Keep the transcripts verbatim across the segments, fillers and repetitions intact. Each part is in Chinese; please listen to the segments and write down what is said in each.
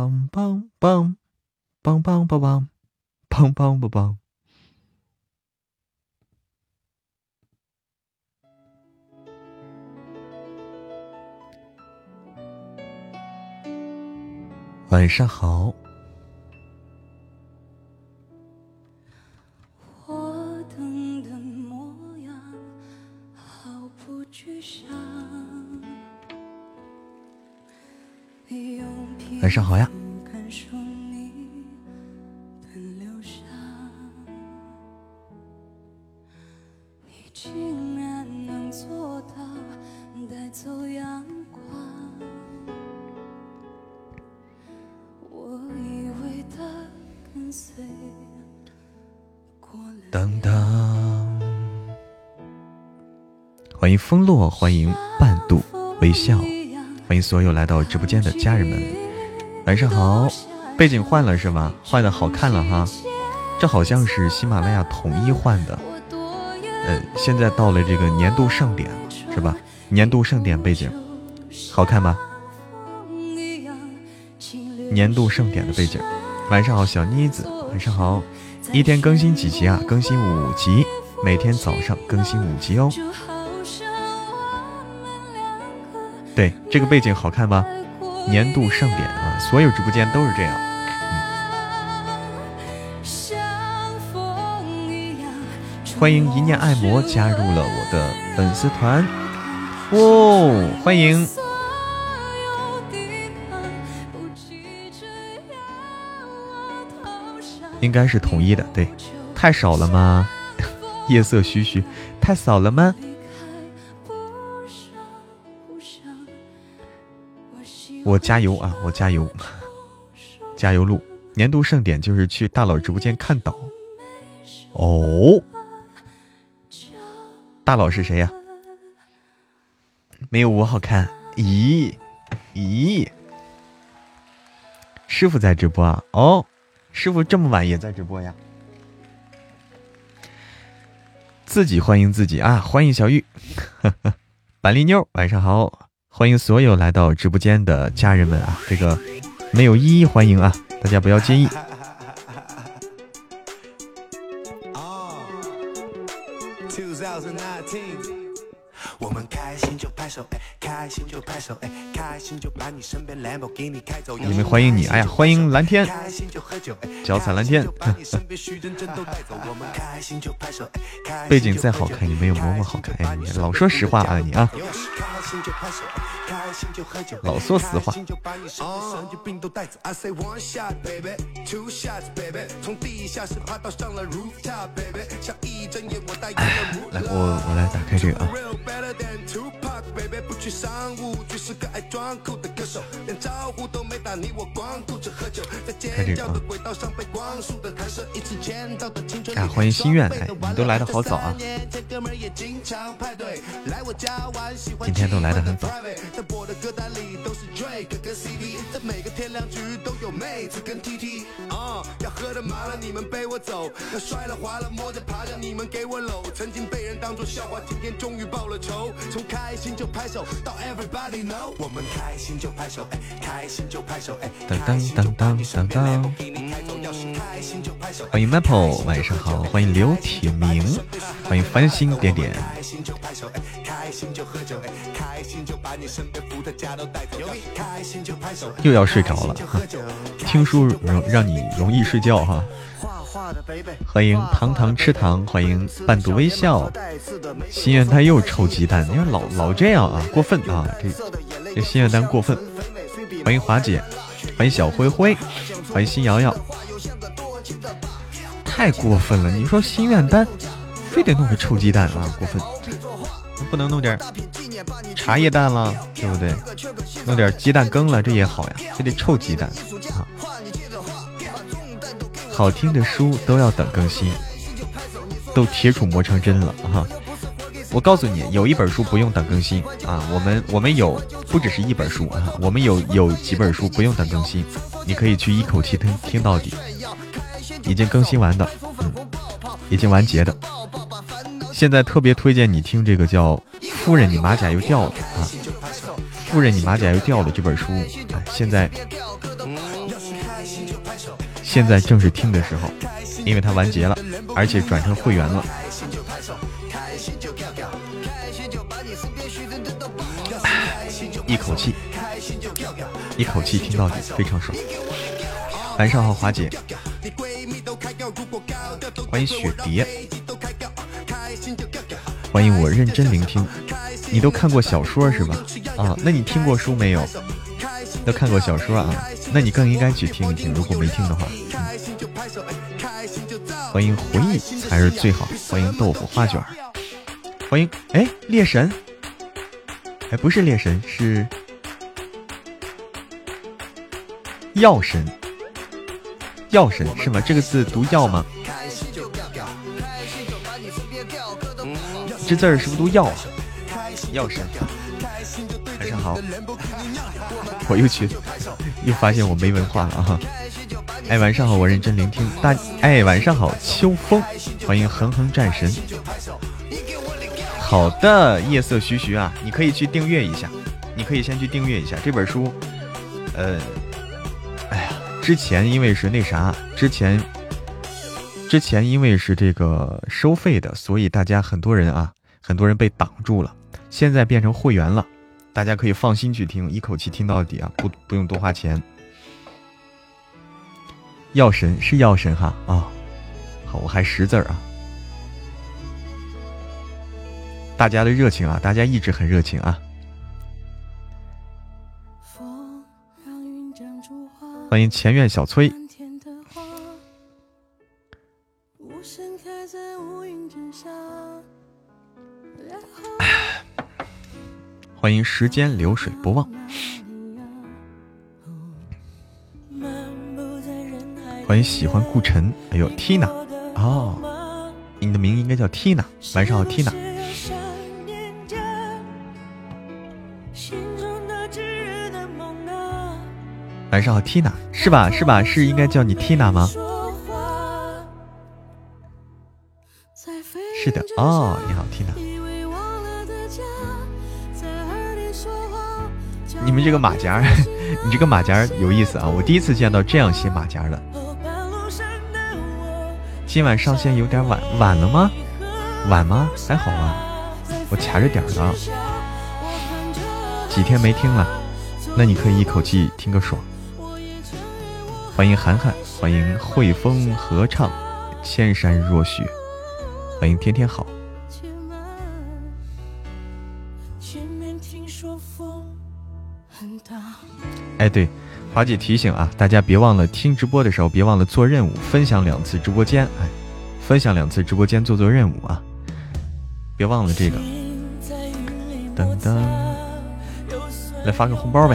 梆梆梆梆梆梆梆梆梆梆梆。晚上好。晚上好呀。当当，欢迎风落，欢迎半度微笑，欢迎所有来到直播间的家人们，晚上好。背景换了是吧？换的好看了哈，这好像是喜马拉雅统一换的。呃，现在到了这个年度盛典是吧？年度盛典背景好看吧？年度盛典的背景。晚上好，小妮子，晚上好。一天更新几集啊？更新五集，每天早上更新五集哦。对，这个背景好看吧？年度盛典啊，所有直播间都是这样。嗯、欢迎一念爱魔加入了我的粉丝团哦，欢迎。应该是统一的，对，太少了吗？夜色徐徐，太少了吗？我加油啊！我加油，加油路。年度盛典就是去大佬直播间看岛。哦，大佬是谁呀、啊？没有我好看。咦咦，师傅在直播啊？哦。师傅这么晚也在直播呀？自己欢迎自己啊！欢迎小玉，板栗妞，晚上好！欢迎所有来到直播间的家人们啊！这个没有一一欢迎啊，大家不要介意。我们开心就拍手，开心就拍手，开心就把你身边兰博给你开走。你们欢迎你，哎呀，欢迎蓝天，脚踩蓝天。背景再好看也没有嬷嬷好看，哎，你老说实话啊你啊，老说实话。来，我我来打开这个啊。开这个啊！啊，欢迎心愿，哎，你们都来得好早啊！今天都来得很早。曾经被人当作笑话，今天终于报了仇。从开心就拍手到 everybody know， 我们开心就拍手，开心就拍手，当当当当当当。欢迎 Maple， 晚上好，欢迎刘铁明，欢迎繁星点点。又要睡着了，听书让让你容易睡觉哈。欢迎糖糖吃糖，欢迎半度微笑。心愿单又臭鸡蛋，你看老老这样啊，过分啊！这这心愿单过分。欢迎华姐，欢迎小灰灰，欢迎新瑶瑶。太过分了！你说心愿单，非得弄个臭鸡蛋啊，过分！不能弄点茶叶蛋了，对不对？弄点鸡蛋羹了，这也好呀，非得臭鸡蛋啊！好听的书都要等更新，都铁杵磨成针了啊！我告诉你，有一本书不用等更新啊，我们我们有不只是一本书啊，我们有有几本书不用等更新，你可以去一口气听听到底，已经更新完的，嗯，已经完结的。现在特别推荐你听这个叫《夫人你马甲又掉了》啊，《夫人你马甲又掉了》这本书，哎，现在现在正是听的时候，因为它完结了，而且转成会员了。一口气，一口气听到底，非常爽。晚上好，华姐，欢迎雪蝶，欢迎我认真聆听。你都看过小说是吧？啊，那你听过书没有？都看过小说啊，那你更应该去听一听，如果没听的话。嗯、欢迎回忆才是最好，欢迎豆腐花卷，欢迎哎猎神，哎不是猎神，是药神，药神是吗？这个字读药吗？这字儿是不是读药啊？药神，晚上好。我又去，又发现我没文化了啊！哎，晚上好，我认真聆听大。哎，晚上好，秋风，欢迎恒恒战神。好的，夜色徐徐啊，你可以去订阅一下，你可以先去订阅一下这本书。呃，哎呀，之前因为是那啥，之前之前因为是这个收费的，所以大家很多人啊，很多人被挡住了。现在变成会员了。大家可以放心去听，一口气听到底啊，不不用多花钱。药神是药神哈啊、哦，好，我还识字儿啊。大家的热情啊，大家一直很热情啊。欢迎前院小崔。欢迎时间流水不忘，欢迎喜欢顾晨。哎呦 ，Tina， 哦，你的名应该叫 Tina。晚上好 ，Tina。晚上好 ，Tina， 是吧？是吧？是应该叫你 Tina 吗？是的，哦，你好 ，Tina。你们这个马甲，你这个马甲有意思啊！我第一次见到这样写马甲的。今晚上线有点晚，晚了吗？晚吗？还好啊，我卡着点了。几天没听了，那你可以一口气听个爽。欢迎涵涵，欢迎汇风合唱，千山若雪，欢迎天天好。哎，对，华姐提醒啊，大家别忘了听直播的时候，别忘了做任务，分享两次直播间，哎，分享两次直播间做做任务啊，别忘了这个。噔噔，来发个红包呗。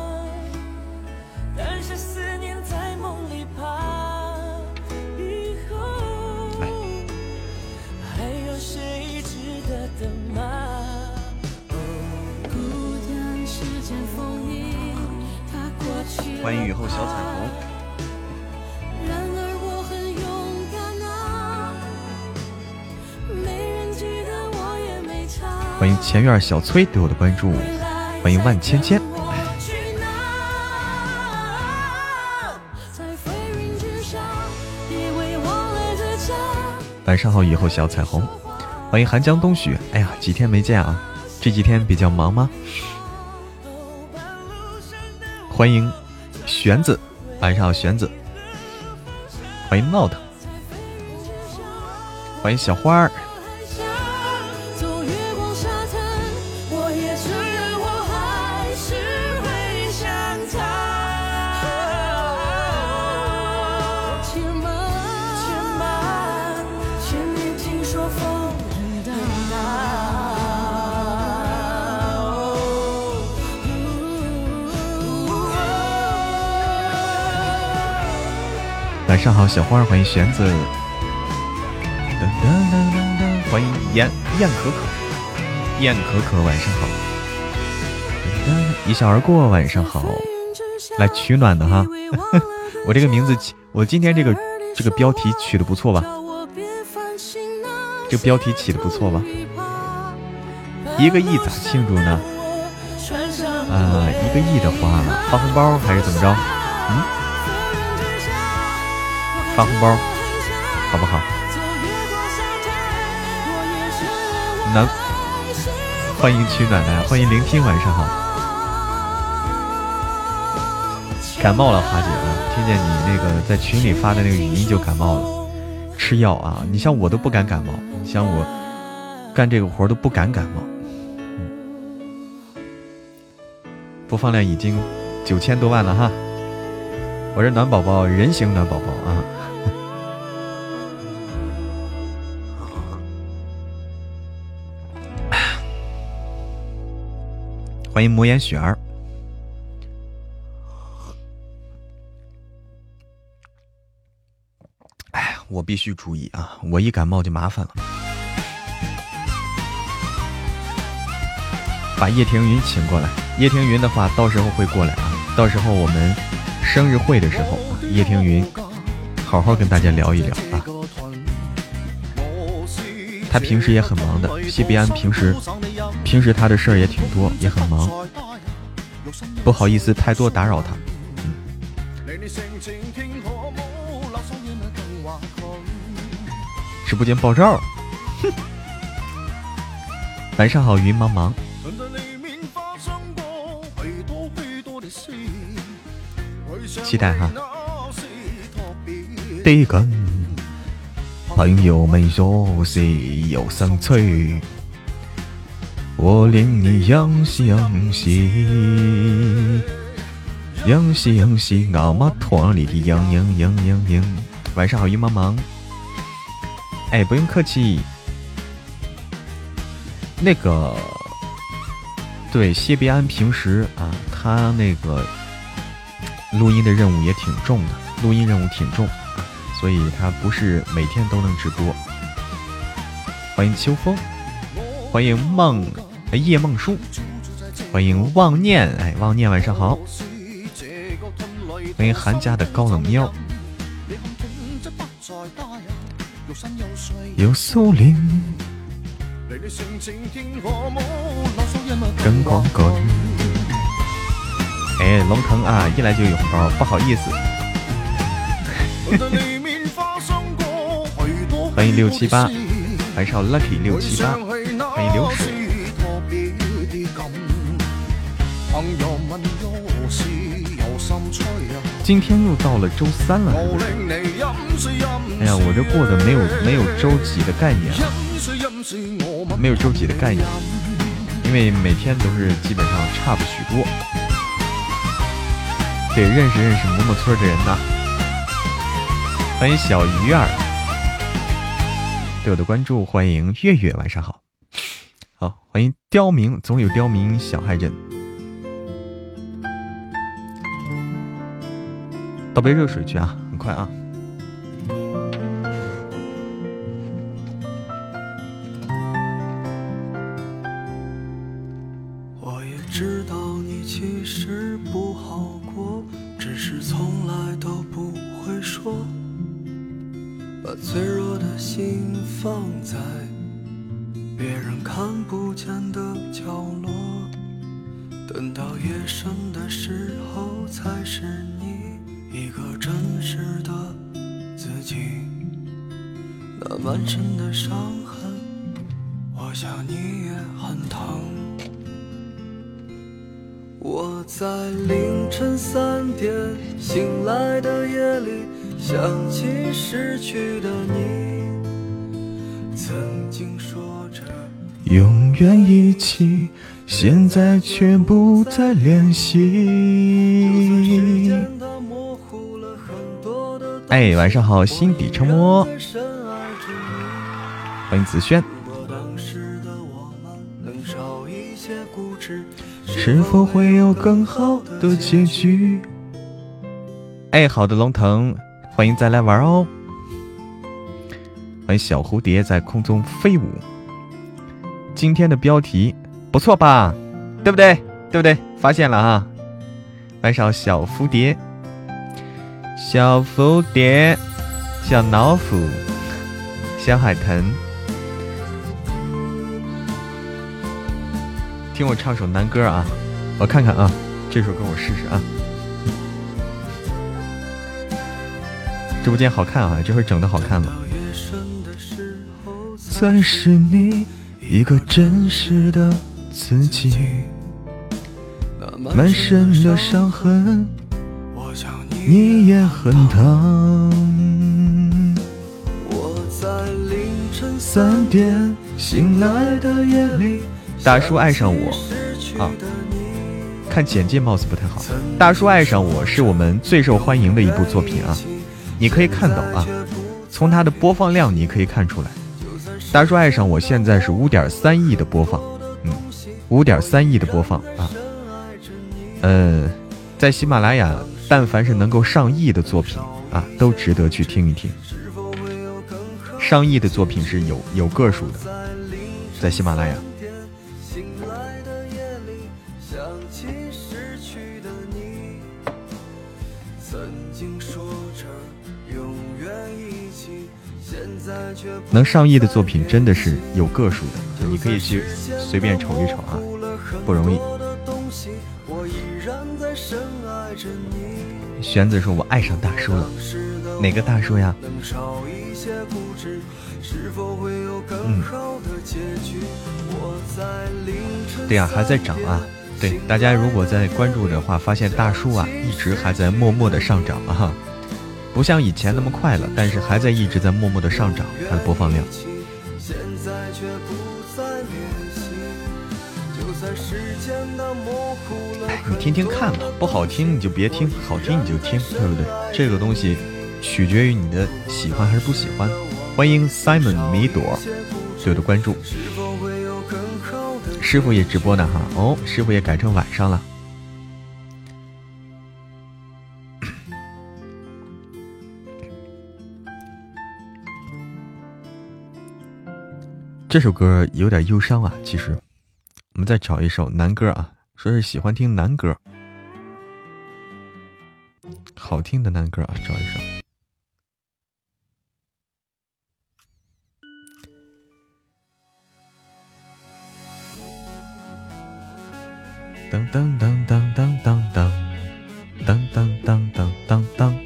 欢迎雨后小彩虹。欢迎前院小崔对我的关注，欢迎万千千。晚上好，雨后小彩虹。欢迎寒江冬雪。哎呀，几天没见啊，这几天比较忙吗？欢迎玄子，晚上好玄子。欢迎闹腾，欢迎小花儿。晚上好，小花，欢迎玄子。噔噔噔噔噔，欢迎燕燕可可，燕可可，晚上好。噔噔，一笑而过，晚上好。来取暖的哈，我这个名字起，我今天这个这个标题取的不错吧？这个标题起的不错吧？一个亿咋庆祝呢？啊、呃，一个亿的话，发红包还是怎么着？嗯。 发红包，好不好？南，欢迎曲奶奶，欢迎聆听，晚上好。感冒了，华姐啊，听见你那个在群里发的那个语音就感冒了，吃药啊！你像我都不敢感冒，像我干这个活都不敢感冒。嗯，播放量已经九千多万了哈，我是暖宝宝，人形暖宝宝啊。欢迎魔岩雪儿。哎，我必须注意啊！我一感冒就麻烦了。把叶庭云请过来，叶庭云的话到时候会过来啊。到时候我们生日会的时候，叶庭云好好跟大家聊一聊啊。他平时也很忙的，谢必安平时平时他的事儿也挺多，也很忙，不好意思太多打扰他。嗯，直播间爆照，哼！晚上好，云茫茫。期待哈。第一根。朋友们说谁有生趣，我令你养兮养兮，养兮养兮，俺妈团里的养养养养养。晚上好，云茫茫。哎，不用客气。那个，对，谢必安平时啊，他那个录音的任务也挺重的，录音任务挺重。所以他不是每天都能直播。欢迎秋风，欢迎梦叶梦书，欢迎妄念，哎，妄念晚上好。欢迎韩家的高冷喵。有苏林，跟光棍。哎，龙腾啊，一来就有红包，不好意思。欢迎六七八，晚上 lucky 六七八，欢迎流水。今天又到了周三了，是不是？哎呀，我这过得没有没有周几的概念啊，没有周几的概念，因为每天都是基本上差不许多。得认识认识某某村的人呐。欢迎小鱼儿。对我的关注，欢迎月月，晚上好。好，欢迎刁民，总有刁民小害人。倒杯热水去啊，很快啊。 我也知道你其实不好过，只是从来都不会说。把脆弱的心放在别人看不见的角落，等到夜深的时候，才是你一个真实的自己。那满身的伤痕，我想你也很疼。我在凌晨三点醒来的夜里，想起失去的你，曾经说着永远一起，现在却不再联系。 哎，晚上好，心底成魔。欢迎子轩。 是否会有更好的结局？ 哎，好的，龙腾，欢迎再来玩哦。欢迎小蝴蝶在空中飞舞。今天的标题不错吧？对不对？对不对？发现了啊！晚上好，小蝴蝶，小蝴蝶，小老虎，小海豚。听我唱首男歌啊，我看看啊，这首歌我试试啊。 直播间好看啊，这会整的好看了。才是你一个真实的自己，满身的伤痕，你也很疼。我在凌晨三点醒来的夜里，大叔爱上我啊！看简介貌似不太好。大叔爱上我是我们最受欢迎的一部作品啊，你可以看到啊，从它的播放量你可以看出来。大叔爱上我现在是五点三亿的播放，嗯，五点三亿的播放啊，呃，在喜马拉雅，但凡是能够上亿的作品啊，都值得去听一听。上亿的作品是有有个数的，在喜马拉雅。能上亿的作品真的是有个数的，你可以去随便瞅一瞅啊，不容易。玄子说我爱上大叔了，哪个大叔呀？嗯，对呀、啊，还在涨啊。对，大家如果在关注的话，发现大叔啊一直还在默默的上涨啊，不像以前那么快了，但是还在一直在默默的上涨它的播放量。哎，你听听看吧，不好听你就别听，好听你就听，对不对？这个东西取决于你的喜欢还是不喜欢。欢迎 Simon 米朵对我的关注。师傅也直播呢哈，哦，师傅也改成晚上了。这首歌有点忧伤啊，其实我们再找一首男歌啊，说是喜欢听男歌，好听的男歌啊，找一首。当当当当当当当当当当当当当。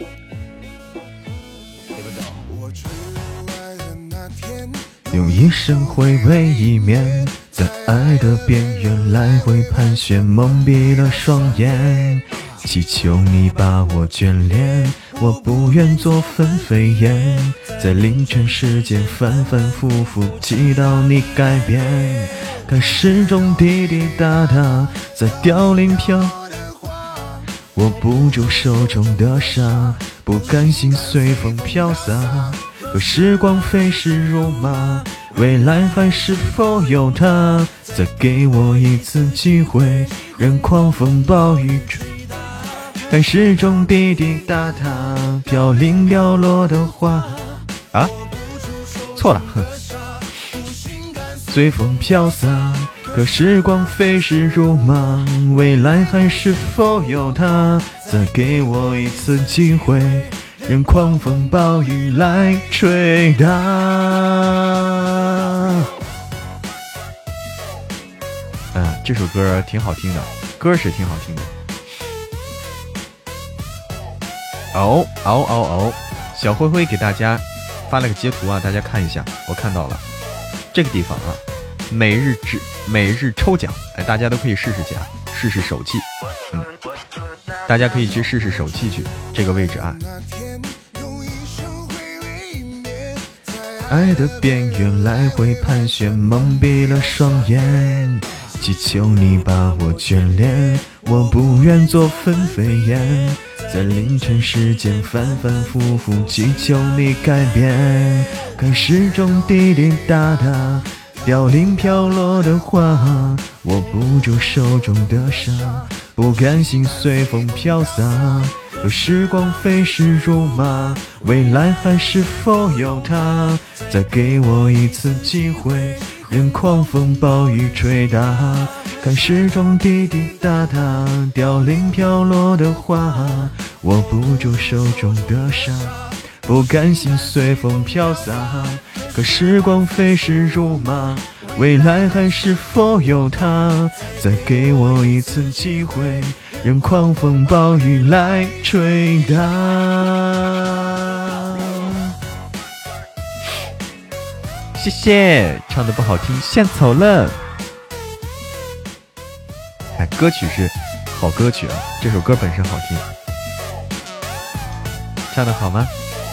用一生回味一面，在爱的边缘来回盘旋，蒙蔽了双眼，祈求你把我眷恋，我不愿做分飞燕，在凌晨时间反反复复祈祷你改变，看时钟滴滴答答在凋零飘，握不住手中的沙，不甘心随风飘洒，可时光飞逝如马，未来还是否有他？再给我一次机会，任狂风暴雨吹，看时钟滴滴答答凋零凋落的花啊，错了，哼，随风飘洒，可时光飞逝如马，未来还是否有他？再给我一次机会，任狂风暴雨来吹打。嗯，这首歌挺好听的，歌是挺好听的。哦哦哦哦，小灰灰给大家发了个截图啊，大家看一下，我看到了这个地方啊，每日指每日抽奖，哎，大家都可以试试奖，试试手气，嗯，大家可以去试试手气去这个位置啊。爱的边缘来回盘旋，蒙蔽了双眼，祈求你把我眷恋，我不愿做分飞燕，在凌晨时间反反复复祈求你改变，看时钟滴滴答答凋零飘落的花，握不住手中的沙，不甘心随风飘洒，可时光飞逝如马，未来还是否有他？再给我一次机会，任狂风暴雨吹打，看时钟滴滴答答凋零飘落的花，握不住手中的沙，不甘心随风飘洒，可时光飞逝如马，未来还是否有他？再给我一次机会，任狂风暴雨来吹打。 谢谢，唱的不好听，献丑了。哎，歌曲是好歌曲啊，这首歌本身好听，唱的好吗？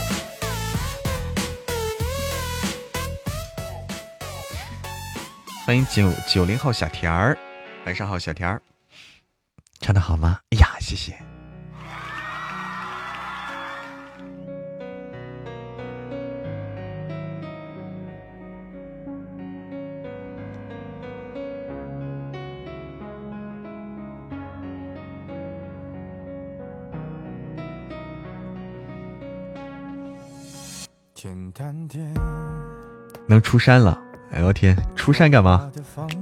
欢迎九九零后小田儿，晚上好，小田儿，唱的好吗？哎呀，谢谢。能出山了，哎呦天，出山干嘛？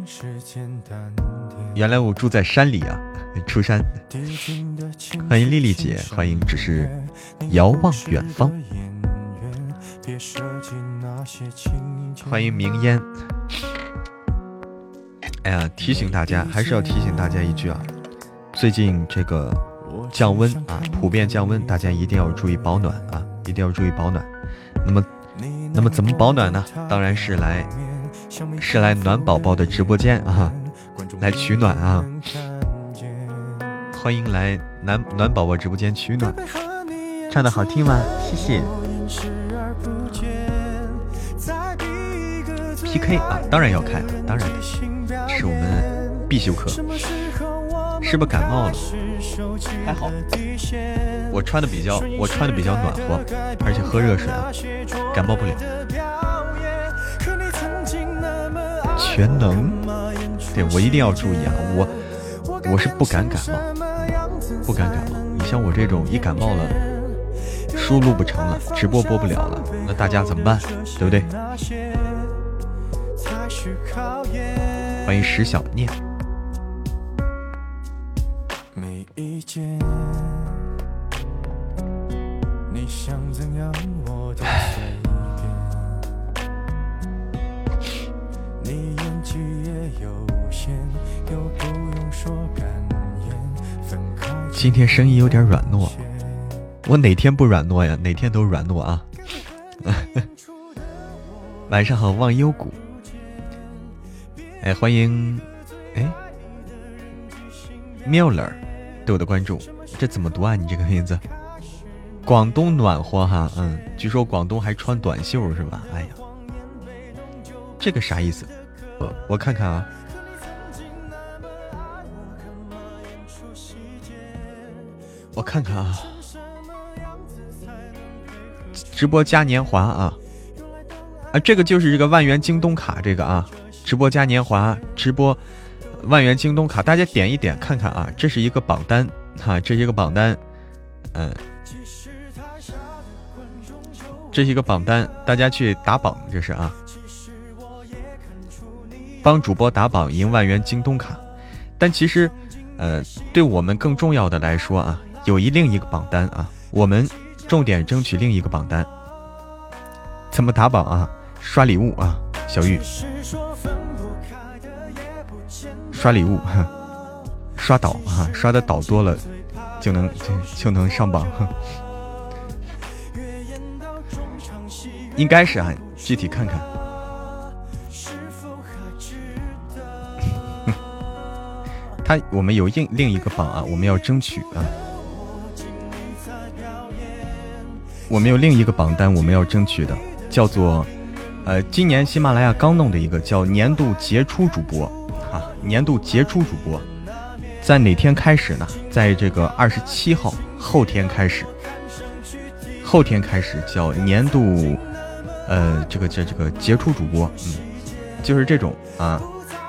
原来我住在山里啊，出山。欢迎丽丽姐，欢迎只是遥望远方。欢迎明烟。哎呀，提醒大家，还是要提醒大家一句啊，最近这个降温啊，普遍降温，大家一定要注意保暖啊，一定要注意保暖。那么，那么怎么保暖呢？当然是来，是来暖宝宝的直播间啊，来取暖啊！欢迎来暖暖宝宝直播间取暖。唱的好听吗？谢谢。P K 啊，当然要看，当然是我们必修课。是不是感冒了？还好，我穿的比较，我穿的比较暖和，而且喝热水啊，感冒不了。全能，对我一定要注意啊！我我是不敢感冒，不敢感冒。你像我这种一感冒了，书录不成了，直播播不了了，那大家怎么办？对不对？欢迎石小念。你想怎样我都随便，你演技也有限，又不用说感言，分开今天声音有点软糯，我哪天不软糯呀？哪天都软糯啊。晚上好，忘忧谷。哎，欢迎哎 Miller 对我的关注，这怎么读啊？你这个名字？广东暖和哈，嗯，据说广东还穿短袖是吧？哎呀，这个啥意思？我我看看啊，我看看啊，直播嘉年华啊，啊，这个就是这个万元京东卡这个啊，直播嘉年华，直播万元京东卡，大家点一点看看啊，这是一个榜单哈、啊，这是一个榜单，嗯。这是一个榜单，大家去打榜，这是啊，帮主播打榜赢万元京东卡。但其实，呃，对我们更重要的来说啊，有一另一个榜单啊，我们重点争取另一个榜单。怎么打榜啊？刷礼物啊，小玉，刷礼物，刷岛啊，刷的岛多了，就能就就能上榜。应该是啊，具体看看。他我们有另另一个榜啊，我们要争取啊。我们有另一个榜单，我们要争取的，叫做呃，今年喜马拉雅刚弄的一个叫年度杰出主播啊，年度杰出主播，在哪天开始呢？在这个二十七号后天开始，后天开始叫年度。呃，这个这这个杰出主播，嗯，就是这种啊。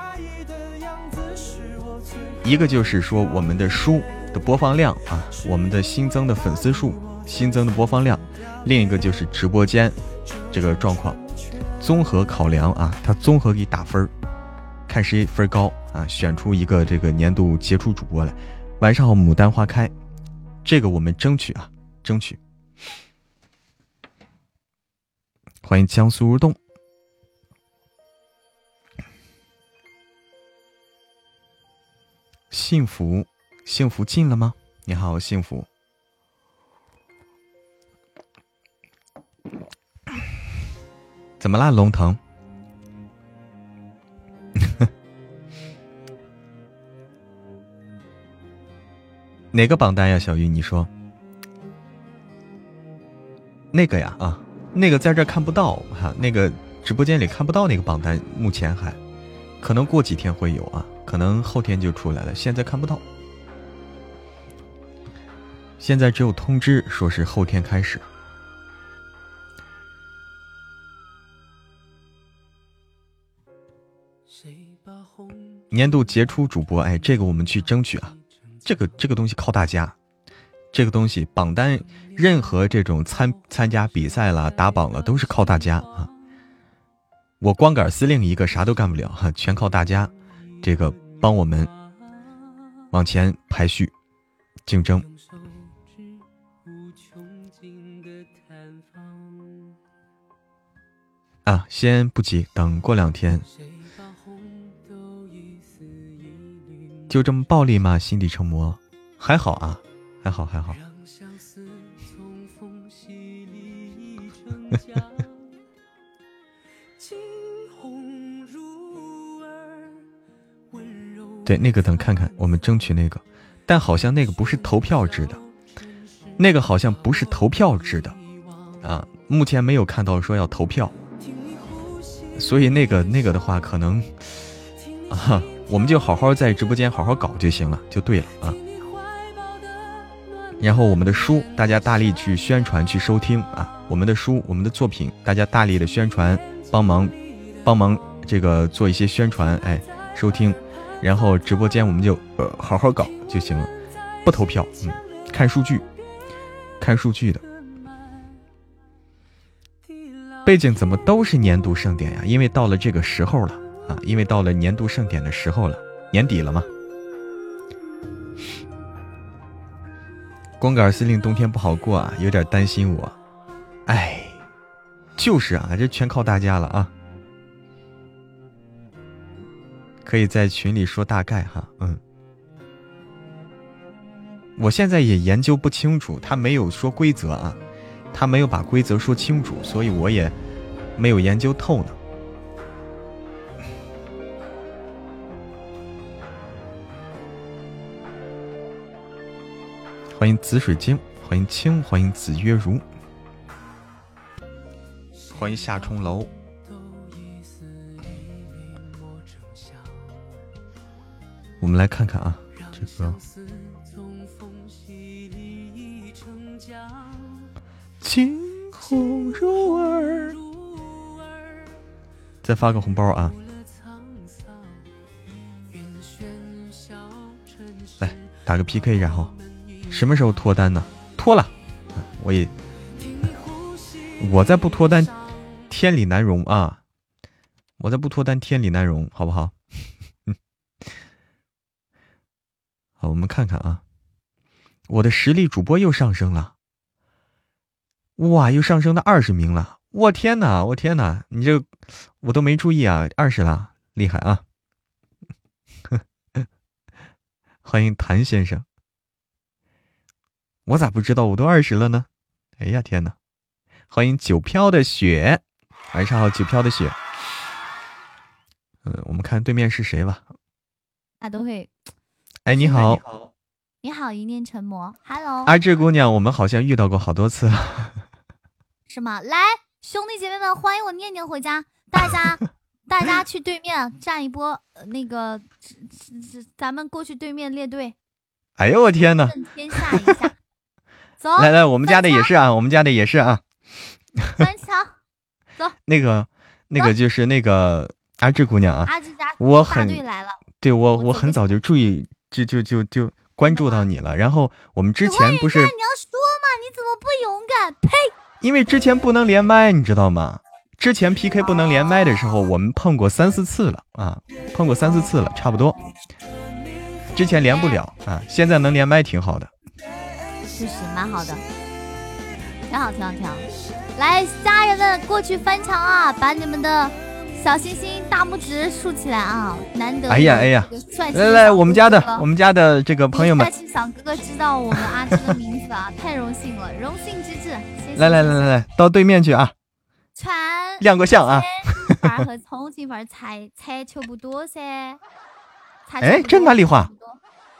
一个就是说我们的书的播放量啊，我们的新增的粉丝数、新增的播放量，另一个就是直播间这个状况，综合考量啊，它综合给打分，看谁分高啊，选出一个这个年度杰出主播来。晚上好，牡丹花开，这个我们争取啊，争取。欢迎江苏如动，幸福幸福进了吗？你好，幸福。怎么啦，龙腾？ 哪个榜单呀，小玉？你说那个呀？啊，那个在这看不到哈、啊，那个直播间里看不到那个榜单，目前还可能过几天会有啊，可能后天就出来了，现在看不到。现在只有通知说是后天开始。年度杰出主播，哎，这个我们去争取啊！这个这个东西靠大家，这个东西榜单，任何这种参参加比赛啦、打榜了，都是靠大家啊！我光杆司令一个啥都干不了哈，全靠大家，这个帮我们往前排序竞争。啊，先不急，等过两天。就这么暴力吗？心底成魔，还好啊，还好还好。对，那个等看看，我们争取那个，但好像那个不是投票制的，那个好像不是投票制的啊，目前没有看到说要投票，所以那个那个的话，可能啊。我们就好好在直播间好好搞就行了，就对了啊。然后我们的书，大家大力去宣传去收听啊。我们的书，我们的作品，大家大力的宣传，帮忙帮忙这个做一些宣传，哎，收听。然后直播间我们就呃好好搞就行了，不投票，嗯，看数据，看数据的。背景怎么都是年度盛典呀？因为到了这个时候了。啊，因为到了年度盛典的时候了，年底了嘛。光杆司令冬天不好过啊，有点担心我。哎，就是啊，这全靠大家了啊。可以在群里说大概哈，嗯。我现在也研究不清楚，他没有说规则啊，他没有把规则说清楚，所以我也没有研究透呢。欢迎紫水晶，欢迎青，欢迎紫月如，欢迎夏冲楼。我们来看看啊，这个惊鸿入耳，再发个红包啊！来打个 P K， 然后。什么时候脱单呢？脱了，我也，我再不脱单，天理难容啊！我再不脱单，天理难容，好不好？好，我们看看啊，我的实力主播又上升了，哇，又上升到二十名了！我天哪，我天哪，你这我都没注意啊，二十了，厉害啊！欢迎谭先生。我咋不知道我都二十了呢？哎呀天哪！欢迎九飘的雪，晚上好，九飘的雪。嗯，我们看对面是谁吧。 他都会。 哎，你好。 你好，一念成魔。Hello。 阿志姑娘，我们好像遇到过好多次了。 是吗？来，兄弟姐妹们，欢迎我念念回家。大家，大家去对面站一波，呃、那个，咱们过去对面列队。 哎呦我天哪！ 震天下一下。走， 来来，我们家的也是啊，我们家的也是啊。 翻墙，走。 那个，那个就是那个阿志姑娘啊， 阿志家我很大队来了。 对我，我很早就注意，就就就就关注到你了。然后我们之前不是， 你要说嘛，你怎么不勇敢？呸！ 因为之前不能连麦，你知道吗？之前 P K 不能连麦的时候，我们碰过三四次了啊，碰过三四次了，差不多。之前连不了啊，现在能连麦挺好的。 确实蛮好的，挺好挺好挺好。来，家人们过去翻墙啊，把你们的小心心大拇指竖起来啊！难得， 哎呀哎呀，来来，我们家的我们家的这个朋友们， 帅气小哥哥知道我们阿芝的名字啊，太荣幸了，荣幸之至。谢谢。 来来来来来，到对面去啊！ 传亮个相啊！ 反和重庆范儿才才球不多噻。 哎，真的丽华。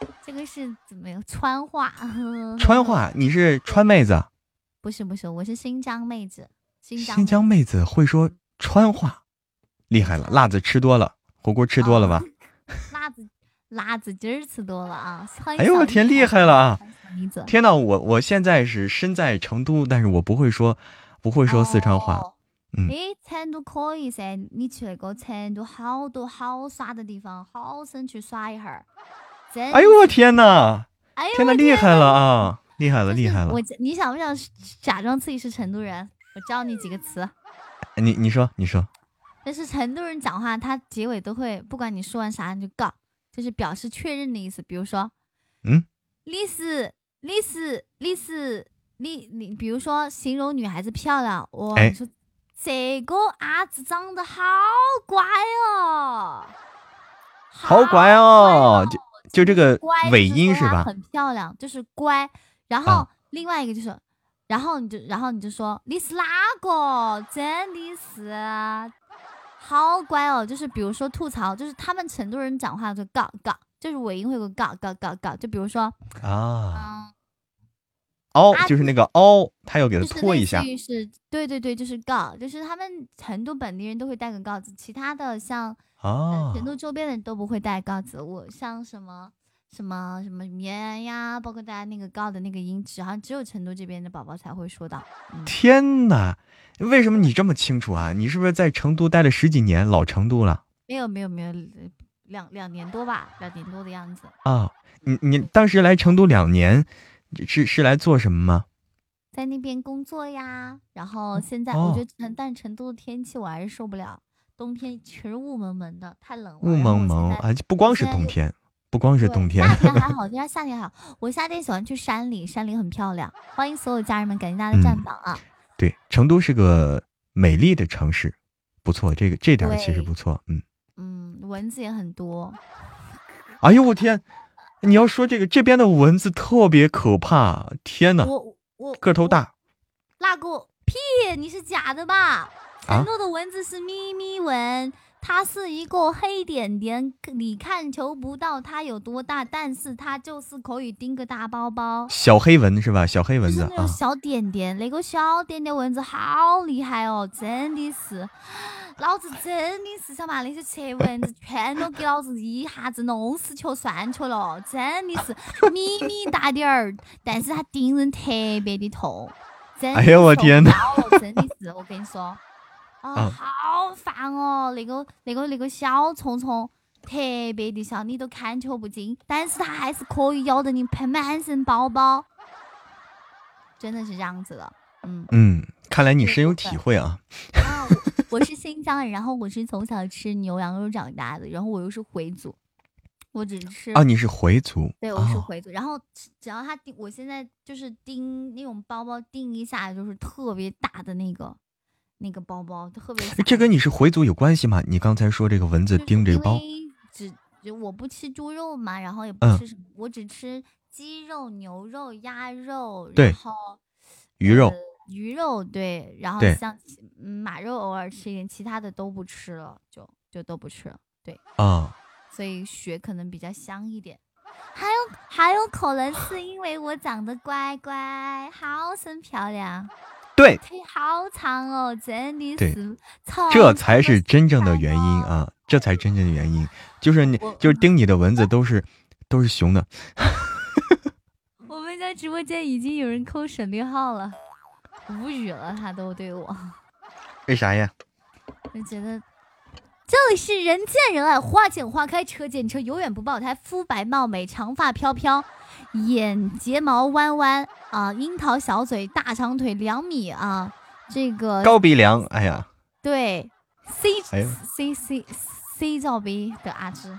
这个是怎么样？川话。 川话，你是川妹子？ 不是不是，我是新疆妹子。新疆新疆妹子会说川话，厉害了！辣子吃多了，火锅吃多了吧？ 哦、辣子辣子鸡儿吃多了啊！ 哎呦我天，厉害了啊！天哪，我我现在是身在成都，但是我不会说不会说四川话。 哦、 嗯， 诶，成都可以噻，你去那个成都好多好耍的地方，好生去耍一会儿。 哎呦我天哪！ 哎呦天哪，厉害了啊！厉害了，厉害了！ 我你想不想假装自己是成都人？我教你几个词。 你你说你说。 但是成都人讲话，他结尾都会，不管你说完啥，你就告，就是表示确认的意思。比如说， 嗯， 丽丝，丽丝，丽丝，你你，比如说形容女孩子漂亮，我、 哎、 说这个伢子长得好乖哦， 好乖哦，就就这个尾音是吧？ 很漂亮，就是乖。然后、啊、另外一个就是，然后你就然后你就说你是哪个？真的是好乖哦。就是比如说吐槽，就是他们成都人讲话就告告，就是尾音会有个告告告告。就比如说啊，嗯、哦，就是那个哦，他要给他拖一下。 就是是对对对，就是告，就是他们成都本地人都会带个告字，其他的像啊、呃、成都周边的人都不会带告字。我像什么。什么什么绵呀，包括大家那个高的那个音，只好像只有成都这边的宝宝才会说到。 嗯、天哪，为什么你这么清楚啊？你是不是在成都待了十几年，老成都了？ 没有没有没有，两两年多吧，两年多的样子。 啊、哦，你你当时来成都两年，是是来做什么吗？ 在那边工作呀。然后现在我觉得，哦、但成都的天气我还是受不了，冬天全是雾蒙蒙的，太冷了。 雾蒙蒙啊，不光是冬天。不光是冬天， 夏天还好，现在夏天还好。我夏天喜欢去山里，山里很漂亮。欢迎所有家人们，感谢大家的站榜啊！ 嗯、对，成都是个美丽的城市，不错，这个这点其实不错。嗯嗯，蚊子也很多。 哎呦我天！你要说这个这边的蚊子特别可怕，天哪！ 我我个头大。 那个屁，你是假的吧？成都的蚊子是咪咪蚊。它是一个黑点点，你看求不到它有多大，但是它就是可以叮个大包包。 小黑蚊是吧？小黑蚊子， 就是那种小点点，啊、那个小点点蚊子好厉害哦，真的是，老子真的是想把那些贼蚊子全都给老子一下子弄死球算球了，真的是咪咪大点儿，但是它叮人特别的痛，真的哎呀我天哪， 真的是，我跟你说。啊、哦，好烦哦！那个、那个、那个小虫虫特别的小，你都看球不进，但是它还是可以咬得你喷满身包包，真的是这样子的。嗯嗯，看来你深有体会啊。 啊我，我是新疆人，然后我是从小吃牛羊肉长大的，然后我又是回族，我只吃啊，你是回族？ 对，我是回族。哦、然后只要他叮，我现在就是叮那种包包，叮一下就是特别大的那个。那个包包特别， 这跟你是回族有关系吗？你刚才说这个蚊子叮这个包， 只就我不吃猪肉嘛，然后也不吃什么，嗯、我只吃鸡肉、牛肉、鸭肉，然后鱼肉、 呃、鱼肉对，然后像嗯马肉偶尔吃一点，其他的都不吃了，就就都不吃了，对啊，哦、 所以血可能比较香一点，还有还有可能是因为我长得乖乖，好生漂亮。 对， 腿好长哦，真的是， 这才是真正的原因啊！这才真正的原因，就是你，就是叮你的蚊子都是都是雄的。 我们家直播间已经有人扣省略号了，无语了，他都对我。 为啥呀？ 我觉得这里是人见人爱，花见花开，车见车，永远不爆胎，肤白貌美，长发飘飘。眼睫毛弯弯啊，樱桃小嘴，大长腿，两米啊，这个高鼻梁，哎呀， 对 ，C、 哎、 C C C 罩杯的阿芝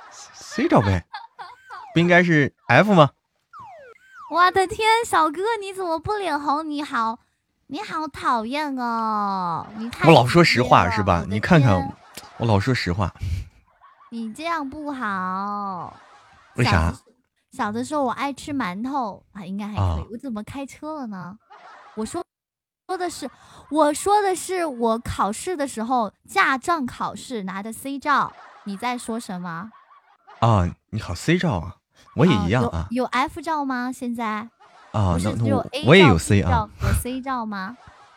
，C 罩杯不应该是 F 吗？ 我的天，小哥你怎么不脸红？你好，你好讨厌哦！你太我老说实话是吧？你看看，我老说实话。 你这样不好。 为啥？ 小的时候我爱吃馒头啊，应该还可以。哦、我怎么开车了呢？我说说的是，我说的是我考试的时候驾照考试拿的 C 照。你在说什么？ 啊，你考 C 照啊？ 我也一样啊。 有, 有 F 照吗？现在啊， 那那我 A 我也有 C 啊， 有 C 照吗？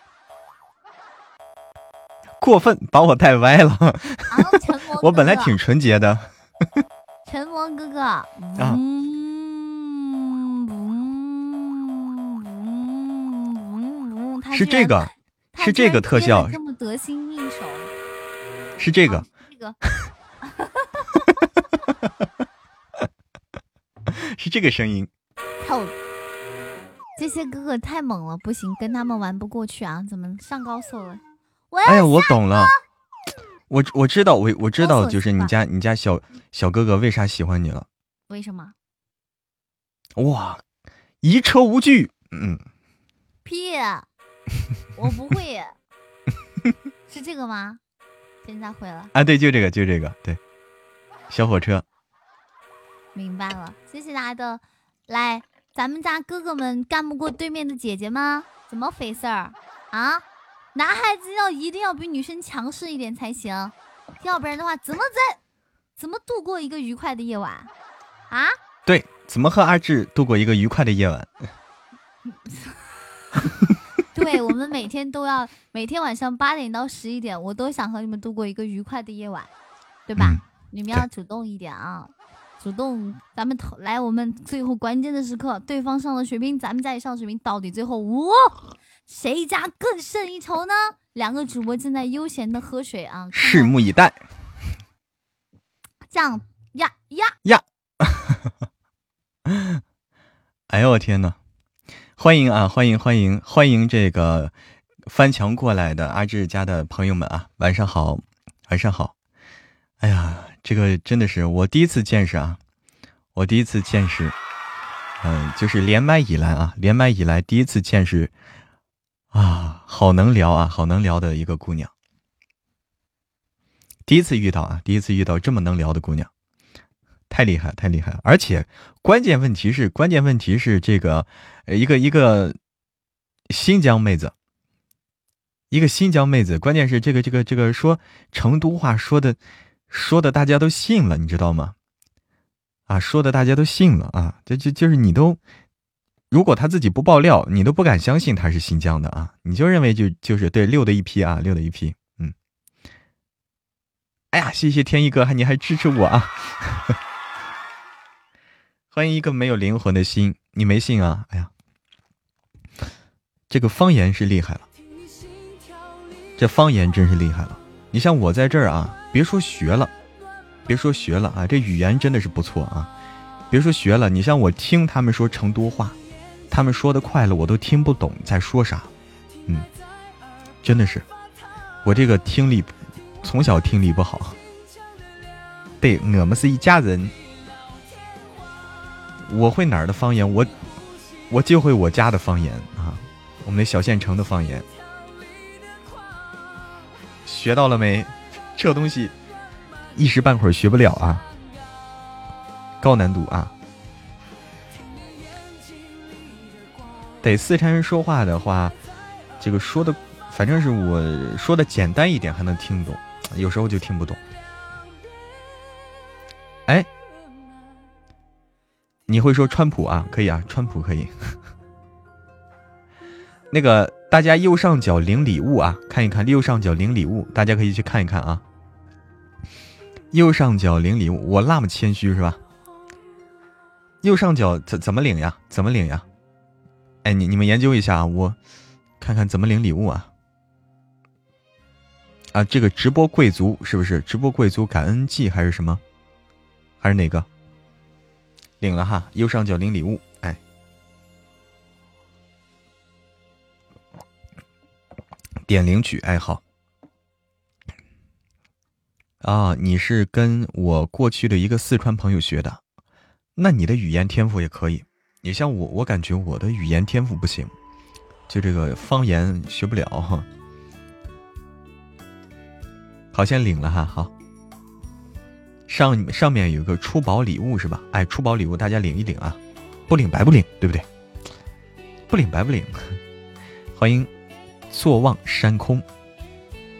过分，把我带歪了。 啊、陈魔哥哥我本来挺纯洁的。 陈魔哥哥， 啊， 嗯嗯嗯嗯， 是这个，是这个特效， 这么得心应手， 是这个， 这个， 是这个声音。 臭，这些哥哥太猛了，不行，跟他们玩不过去啊！怎么上高速了？ 哎呀，我懂了，我我知道，我我知道，就是你家你家小小哥哥为啥喜欢你了？ 为什么？ 哇，一车无惧，嗯， 屁，我不会，是这个吗？现在会了啊，对，就这个，就这个，对，小火车， 明白了，谢谢大家的，来，咱们家哥哥们干不过对面的姐姐吗？怎么回事儿啊？男孩子要一定要比女生强势一点才行，要不然的话，怎么在怎么度过一个愉快的夜晚啊？ 对，怎么和阿志度过一个愉快的夜晚？ 对，我们每天都要，每天晚上八点到十一点，我都想和你们度过一个愉快的夜晚，对吧？嗯、你们要主动一点啊，主动，咱们投来，我们最后关键的时刻，对方上了水平，咱们家也上水平，到底最后我。谁家更胜一筹呢？两个主播正在悠闲的喝水啊， 拭目以待。 这样呀呀呀！哎呦我天哪！欢迎啊，欢迎欢迎欢迎这个翻墙过来的阿志家的朋友们啊，晚上好，晚上好。哎呀，这个真的是我第一次见识啊，我第一次见识，嗯、呃，就是连麦以来啊，连麦以来第一次见识。啊，好能聊啊，好能聊的一个姑娘，第一次遇到啊，第一次遇到这么能聊的姑娘，太厉害，太厉害了！而且关键问题是，关键问题是这个一个一个新疆妹子，一个新疆妹子，关键是这个这个这个说成都话说的说的大家都信了，你知道吗？啊，说的大家都信了啊，这就就是你都。如果他自己不爆料，你都不敢相信他是新疆的啊！你就认为就就是对六的一批啊，六的一批，嗯。哎呀，谢谢天一哥，还你还支持我啊！欢迎一个没有灵魂的心，你没信啊？哎呀，这个方言是厉害了，这方言真是厉害了。你像我在这儿啊，别说学了，别说学了啊，这语言真的是不错啊！别说学了，你像我听他们说成都话。他们说的快了，我都听不懂在说啥，嗯，真的是，我这个听力从小听力不好。对，我们是一家人。我会哪儿的方言？我我就会我家的方言啊，我们那小县城的方言。学到了没？这东西一时半会儿学不了啊，高难度啊。得四川人说话的话，这个说的，反正是我说的简单一点还能听懂，有时候就听不懂。哎，你会说川普啊？可以啊，川普可以。那个大家右上角领礼物啊，看一看右上角领礼物，大家可以去看一看啊。右上角领礼物，我那么谦虚是吧？右上角怎怎么领呀？怎么领呀？哎，你你们研究一下，我看看怎么领礼物啊？啊，这个直播贵族是不是直播贵族感恩季还是什么？还是哪个？领了哈，右上角领礼物，哎，点领取，哎好。啊，你是跟我过去的一个四川朋友学的，那你的语言天赋也可以。你像我，我感觉我的语言天赋不行，就这个方言学不了哈。好，先领了哈，好。上上面有个出宝礼物是吧？哎，出宝礼物大家领一领啊，不领白不领，对不对？不领白不领。欢迎坐望山空，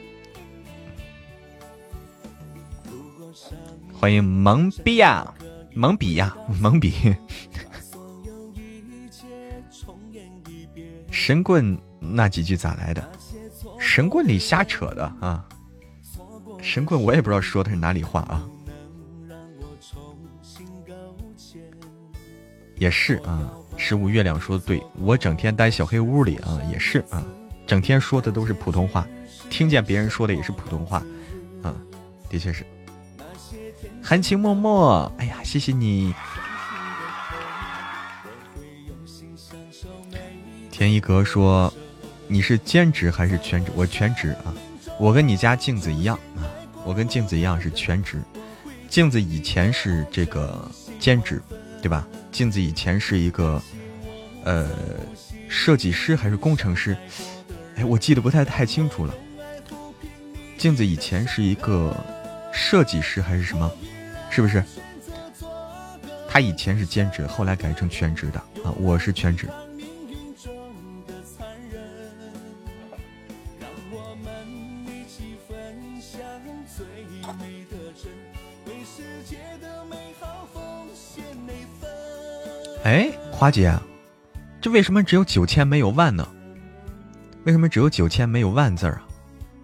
欢迎蒙比亚， 蒙笔呀，蒙笔。神棍那几句咋来的？神棍里瞎扯的啊！神棍我也不知道说的是哪里话啊。也是啊，十五月亮说的对，我整天待小黑屋里啊，也是啊，整天说的都是普通话，听见别人说的也是普通话啊，的确是。含情脉脉，哎呀，谢谢你。田一格说：“你是兼职还是全职？”我全职啊，我跟你家镜子一样啊，我跟镜子一样是全职。镜子以前是这个兼职，对吧？镜子以前是一个呃设计师还是工程师？哎，我记得不太太清楚了。镜子以前是一个设计师还是什么？是不是？他以前是兼职，后来改成全职的啊。我是全职。哎，花姐，这为什么只有九千没有万呢？为什么只有九千没有万字啊？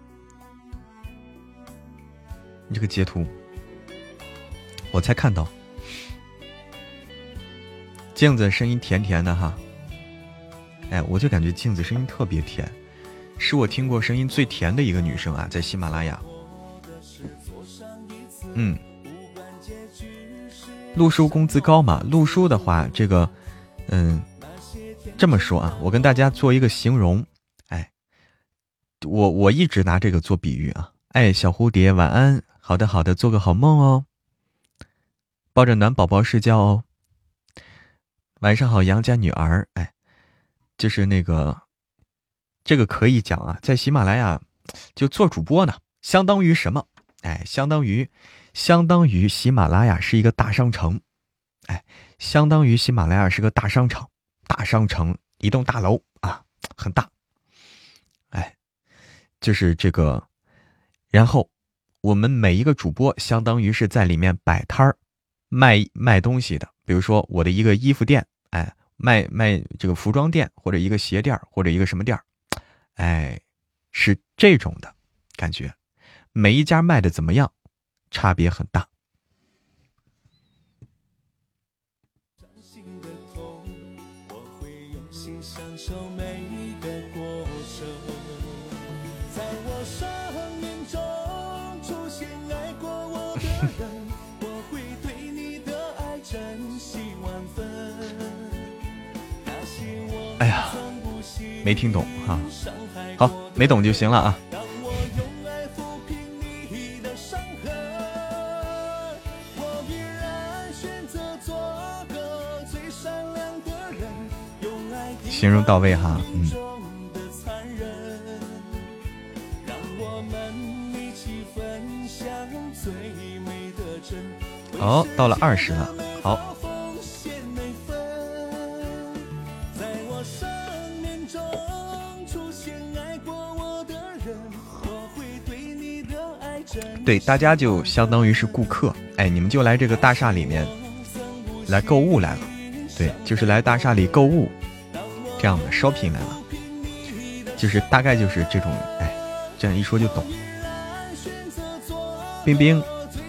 你这个截图，我才看到。镜子声音甜甜的哈，哎，我就感觉镜子声音特别甜，是我听过声音最甜的一个女生啊，在喜马拉雅。嗯。陆叔工资高嘛？陆叔的话，这个，嗯，这么说啊，我跟大家做一个形容，哎，我我一直拿这个做比喻啊，哎，小蝴蝶晚安，好的好的，做个好梦哦，抱着暖宝宝睡觉哦，晚上好，杨家女儿，哎，就是那个，这个可以讲啊，在喜马拉雅就做主播呢，相当于什么？哎，相当于。相当于喜马拉雅是一个大商城，哎，相当于喜马拉雅是个大商场，大商城，一栋大楼啊，很大，哎，就是这个。然后我们每一个主播相当于是在里面摆摊儿，卖卖东西的，比如说我的一个衣服店，哎，卖卖这个服装店，或者一个鞋店，或者一个什么店，哎，是这种的感觉。每一家卖的怎么样？差别很大。哎呀，没听懂哈，好，没懂就行了啊。形容到位哈，嗯。哦，到了二十了，好。对，大家就相当于是顾客，哎，你们就来这个大厦里面来购物来了，对，就是来大厦里购物。这样的 shopping 来了，就是大概就是这种，哎，这样一说就懂。冰冰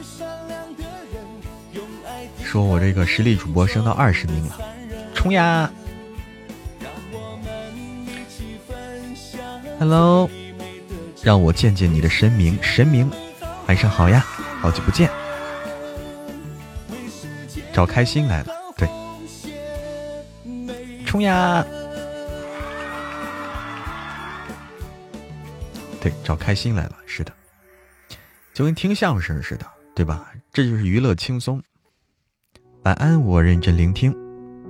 说我这个实力主播升到二十名了，冲呀 ！Hello， 让我见见你的神明，神明，晚上好呀，好久不见，找开心来了，对，冲呀！对，找开心来了，是的，就跟听相声似的，对吧？这就是娱乐轻松。晚安，我认真聆听。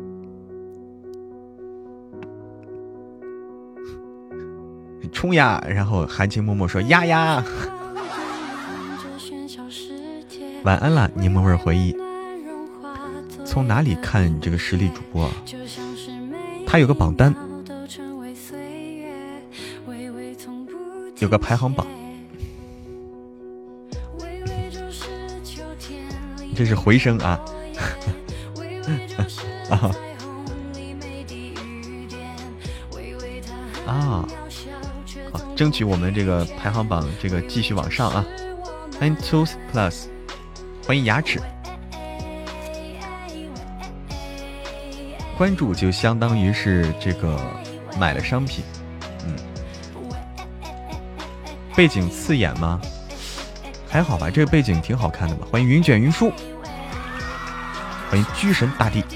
冲呀！然后含情脉脉说呀呀。晚安了，柠檬味回忆。从哪里看这个实力主播啊？他有个榜单。有个排行榜，这是回声啊！ 啊啊！好，争取我们这个排行榜这个继续往上啊！欢迎 Tooth Plus， 欢迎牙齿。关注就相当于是这个买了商品，嗯。背景刺眼吗？还好吧，这个背景挺好看的吧。欢迎云卷云舒，欢迎居神大帝。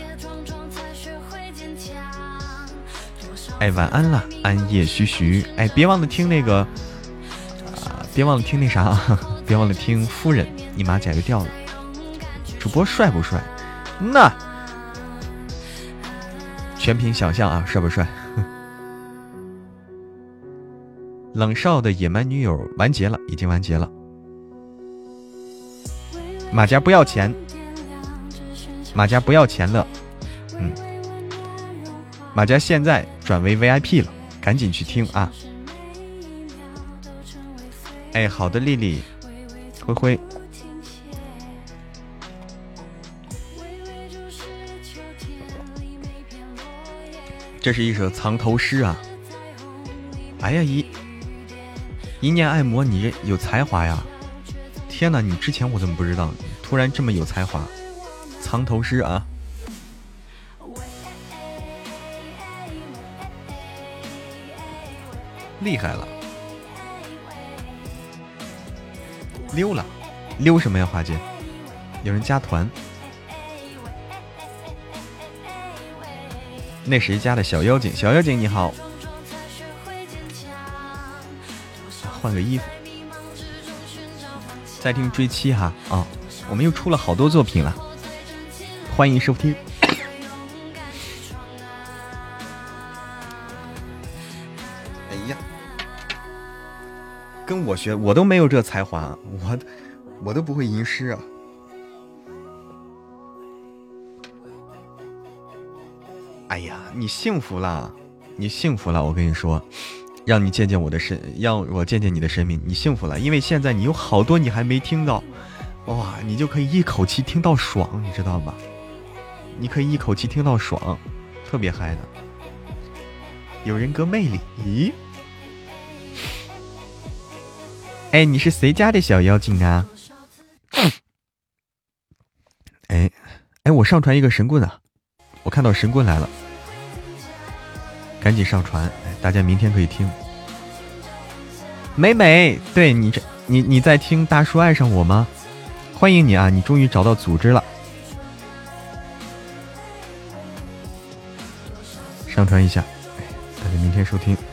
哎，晚安了，暗夜徐徐。哎，别忘了听那个，啊、别忘了听那啥啊，别忘了听夫人，你马甲又掉了。主播帅不帅？那全凭想象啊，帅不帅？冷少的野蛮女友完结了，已经完结了。马甲不要钱，马甲不要钱了，嗯，马甲现在转为 V I P 了，赶紧去听啊！哎，好的，丽丽，灰灰，这是一首藏头诗啊！哎呀，一一念爱魔，你这有才华呀！天哪，你之前我怎么不知道？突然这么有才华，藏头诗啊！厉害了，溜了，溜什么呀？华姐，有人加团，那谁家的小妖精？小妖精你好，换个衣服。在听追妻哈啊、哦，我们又出了好多作品了，欢迎收听。哎呀，跟我学，我都没有这才华，我我都不会吟诗啊。哎呀，你幸福了，你幸福了，我跟你说。让你见见我的神，让我见见你的神明，你幸福了，因为现在你有好多你还没听到，哇，你就可以一口气听到爽，你知道吗？你可以一口气听到爽，特别嗨的，有人格魅力。咦？哎，你是谁家的小妖精啊？哎哎，我上传一个神棍啊，我看到神棍来了。赶紧上传，大家明天可以听。美美，对你这你你在听大叔爱上我吗？欢迎你啊，你终于找到组织了。上传一下，大家明天收听。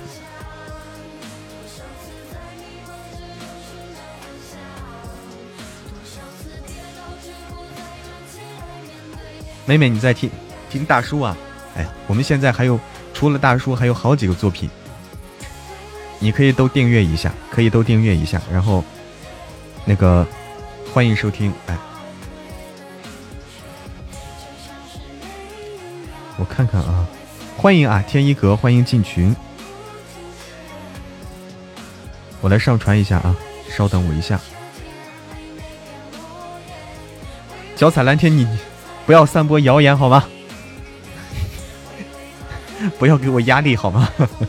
美美，你在听听大叔啊？哎，我们现在还有。除了大叔还有好几个作品，你可以都订阅一下，可以都订阅一下，然后那个欢迎收听。哎，我看看啊，欢迎啊天一阁，欢迎进群。我来上传一下啊，稍等我一下。脚踩蓝天，你不要散播谣言好吗？不要给我压力好吗？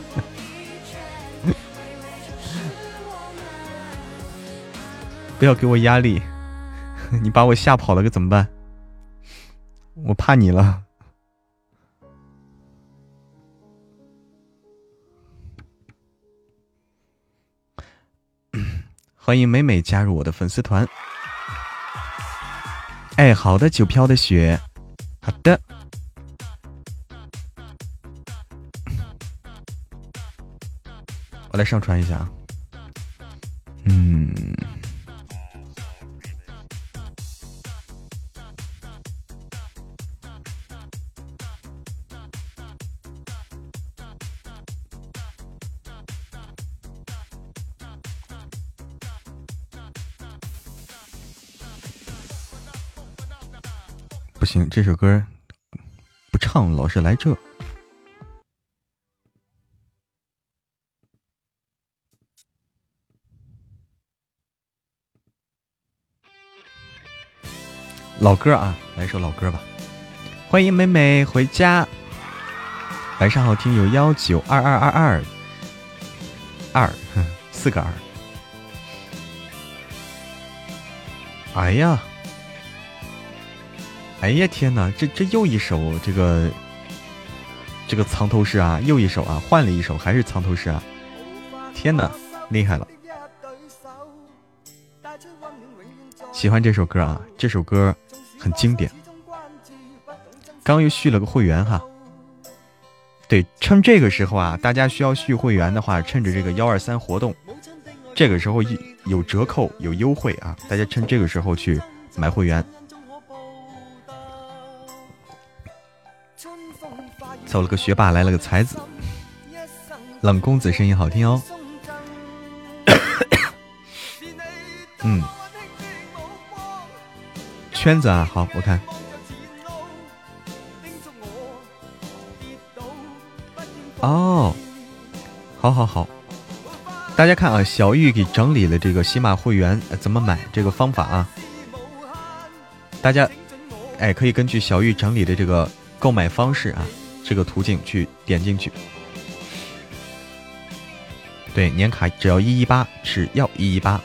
不要给我压力，你把我吓跑了可怎么办？我怕你了。欢迎美美加入我的粉丝团。哎，好的，九飘的雪，好的。我来上传一下啊，嗯，不行，这首歌不唱，老是来这。老歌啊，来一首老歌吧。 欢迎美美回家。晚上好，听友幺九二二二二二四个二。哎呀，哎呀天哪，这这又一首这个这个藏头诗啊，又一首啊，换了一首还是藏头诗啊！天哪，厉害了！喜欢这首歌啊，这首歌很经典。刚又续了个会员哈。对，趁这个时候啊，大家需要续会员的话，趁着这个幺二三活动，这个时候有折扣有优惠啊，大家趁这个时候去买会员。走了个学霸，来了个才子，冷公子声音好听哦。嗯，圈子啊，好，我看。哦，好好好，大家看啊，小玉给整理了这个喜马会员、呃、怎么买这个方法啊，大家哎可以根据小玉整理的这个购买方式啊，这个途径去点进去。对，年卡只要一一八，只要一一八。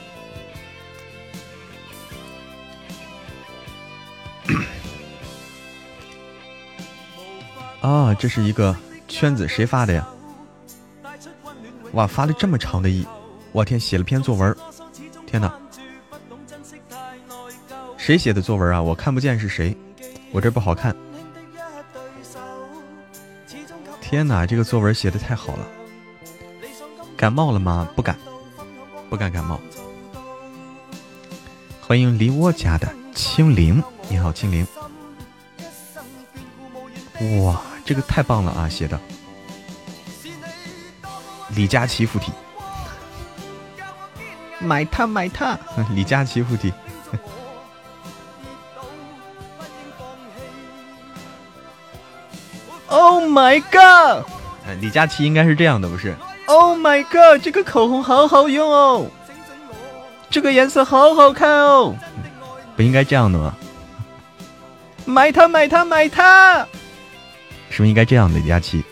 啊，这是一个圈子，谁发的呀？哇，发了这么长的一，我天，写了篇作文，天哪！谁写的作文啊？我看不见是谁，我这不好看。天哪，这个作文写的太好了。感冒了吗？不敢，不敢感冒。欢迎离我家的清灵，你好，清灵。哇，这个太棒了啊，写的。李佳琦附体，买它买它，李佳琦附体。Oh my god！ 李佳琦应该是这样的，不是 ？Oh my god！ 这个口红好好用哦，这个颜色好好看哦，不应该这样的吗？买它买它买它，是不是应该这样的？李佳琦。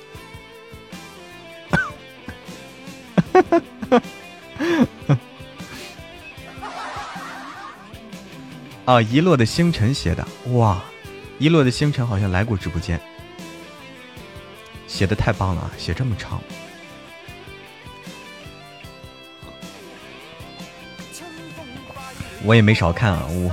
啊，遗落的星辰写的，哇，遗落的星辰好像来过直播间，写的太棒了，写这么长。我也没少看啊，我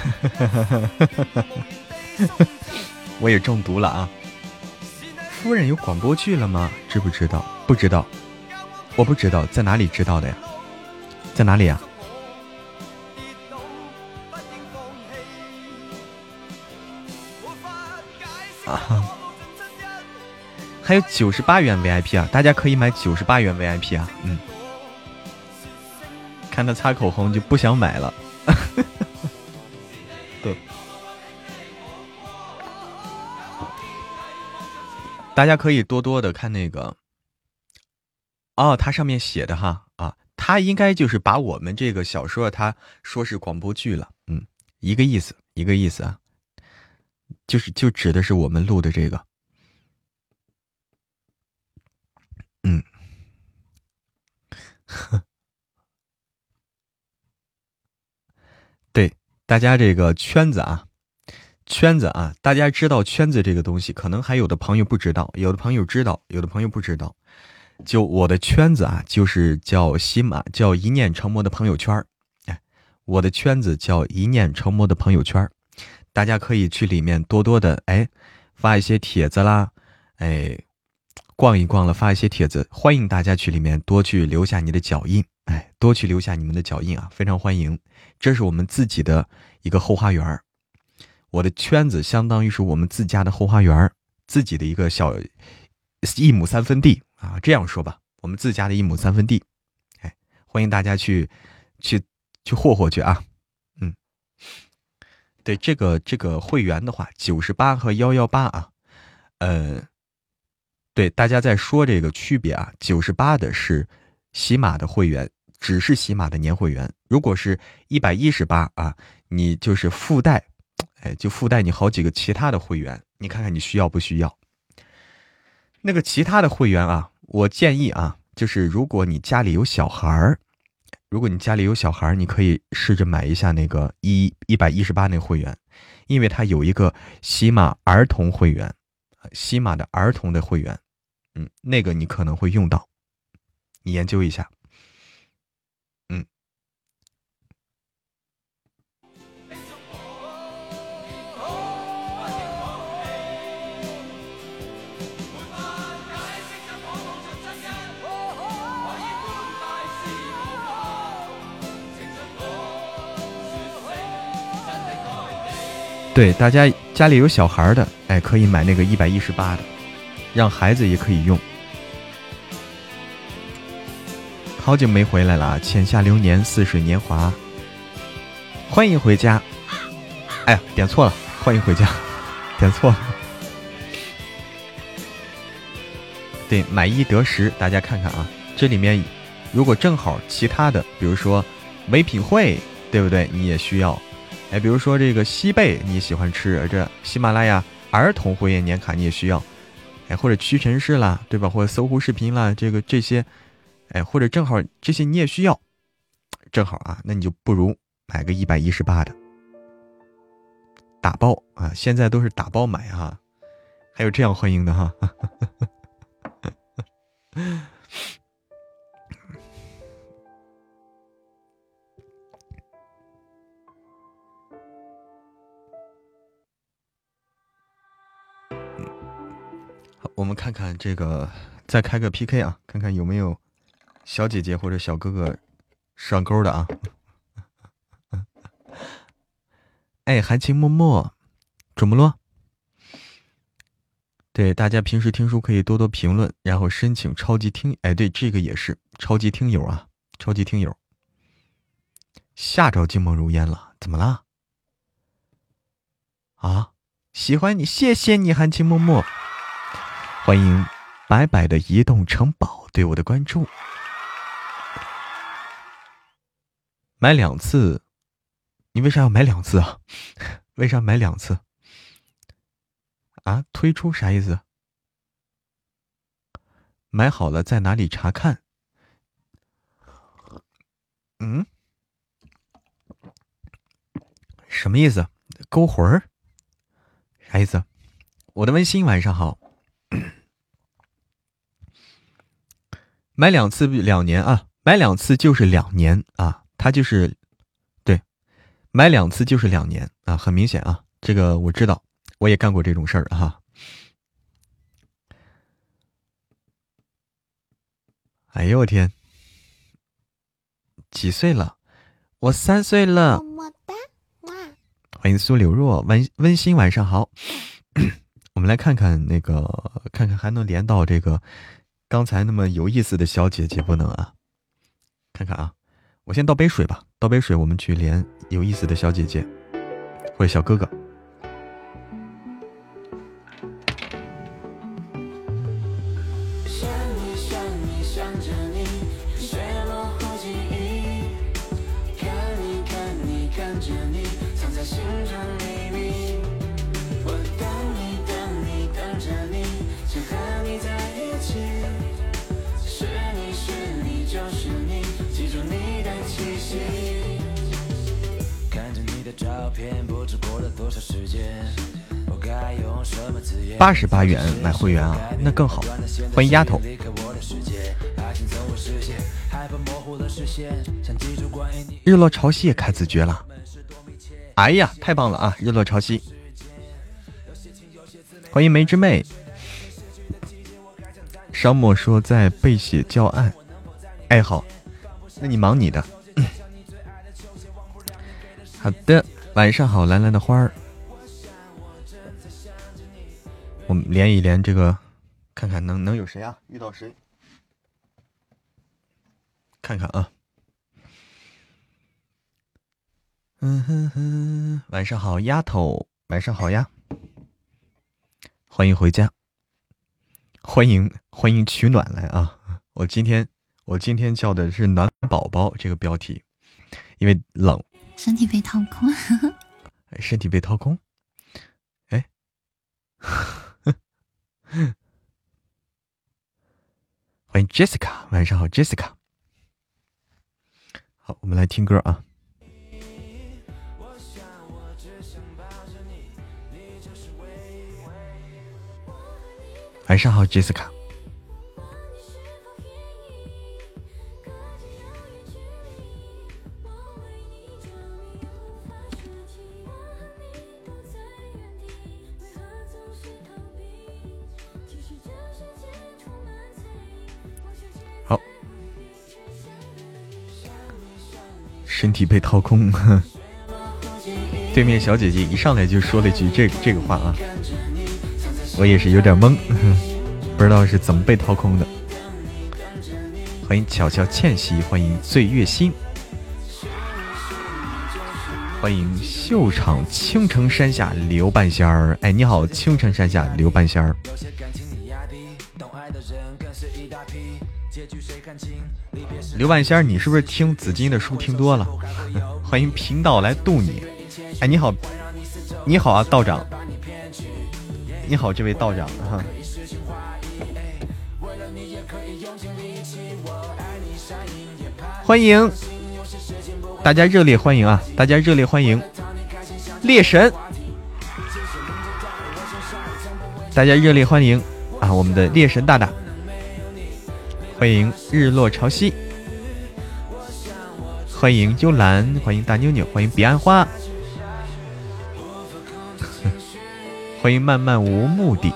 我也中毒了啊。夫人有广播剧了吗？知不知道？不知道。我不知道，在哪里知道的呀？在哪里呀？啊，还有九十八元 V I P 啊！大家可以买九十八元 V I P 啊！嗯，看他擦口红就不想买了。对，大家可以多多的看那个。哦，它上面写的哈啊，它应该就是把我们这个小说，他说是广播剧了，嗯，一个意思，一个意思啊，就是就指的是我们录的这个，嗯，对，大家这个圈子啊，圈子啊，大家知道圈子这个东西，可能还有的朋友不知道，有的朋友知道，有的朋友不知道。就我的圈子啊，就是叫喜马，叫一念成魔的朋友圈。哎，我的圈子叫一念成魔的朋友圈，大家可以去里面多多的哎发一些帖子啦，哎逛一逛了发一些帖子，欢迎大家去里面多去留下你的脚印，哎多去留下你们的脚印啊，非常欢迎。这是我们自己的一个后花园，我的圈子相当于是我们自家的后花园，自己的一个小一亩三分地。啊，这样说吧，我们自家的一亩三分地，哎，欢迎大家去，去，去霍霍去啊，嗯，对，这个这个会员的话，九十八和幺幺八啊，呃，对，大家在说这个区别啊，九十八的是喜马的会员，只是喜马的年会员，如果是一百一十八啊，你就是附带， 哎，就附带你好几个其他的会员，你看看你需要不需要？那个其他的会员啊，我建议啊，就是如果你家里有小孩儿，如果你家里有小孩儿，你可以试着买一下那个一一百一十八那个会员，因为它有一个喜马儿童会员，喜马的儿童的会员，嗯，那个你可能会用到，你研究一下。嗯。对，大家家里有小孩的，哎，可以买那个一百一十八的，让孩子也可以用。好久没回来了，浅夏流年，似水年华。欢迎回家。哎呀，点错了，欢迎回家，点错了。对，买一得十，大家看看啊，这里面如果正好其他的，比如说唯品会，对不对？你也需要。哎，比如说这个西贝你喜欢吃，这喜马拉雅儿童会员年卡你也需要，哎，或者屈臣氏啦，对吧？或者搜狐视频啦，这个这些，哎，或者正好这些你也需要，正好啊，那你就不如买个一百一十八的打包啊，现在都是打包买哈，还有这样欢迎的哈。我们看看这个，再开个 P K 啊，看看有没有小姐姐或者小哥哥上钩的啊。哎，含情脉脉，怎么了？对，大家平时听书可以多多评论，然后申请超级听，哎，对，这个也是超级听友啊，超级听友。吓着静梦如烟了，怎么了？啊，喜欢你，谢谢你，含情脉脉。欢迎白白的移动城堡对我的关注。买两次，你为啥要买两次啊？为啥买两次？啊，推出啥意思？买好了在哪里查看？嗯，什么意思？勾魂儿？啥意思？我的温馨晚上好。买两次两年啊，买两次就是两年啊，它就是对，买两次就是两年啊，很明显啊，这个我知道，我也干过这种事儿哈。哎呦我天，几岁了？我三岁了。欢迎苏柳若，温温馨晚上好。我们来看看那个，看看还能连到这个刚才那么有意思的小姐姐不能啊？看看啊，我先倒杯水吧，倒杯水，我们去连有意思的小姐姐或者小哥哥。八十八元买会员啊，那更好。欢迎丫头。日落潮汐也开子爵了，哎呀，太棒了啊！日落潮汐，欢迎梅之妹。商莫说在背写教案，哎好，那你忙你的。嗯、好的，晚上好，蓝蓝的花儿。我们连一连这个，看看能能有谁啊？遇到谁？看看啊。嗯哼哼，晚上好，丫头，晚上好呀。欢迎回家，欢迎欢迎取暖来啊！我今天我今天叫的是暖宝宝这个标题，因为冷， 身体被掏空， 身体被掏空欢迎 Jessica， 晚上好 Jessica。 好，我们来听歌啊。晚上好 Jessica。 好，身体被掏空。对面小姐姐一上来就说了一句这个、这个话啊，我也是有点懵，不知道是怎么被掏空的。欢迎巧巧倩兮，欢迎醉月心，欢迎秀场青城山下刘半仙儿。哎，你好，青城山下刘半仙儿。刘半仙儿，你是不是听紫金的书听多了？欢迎贫道来渡你。哎，你好，你好啊，道长。你好，这位道长哈。欢迎大家热烈欢迎啊！大家热烈欢迎猎神，大家热烈欢迎啊！我们的猎神大大，欢迎日落潮汐，欢迎幽兰，欢迎大妞妞，欢迎彼岸花，欢迎漫漫无目的。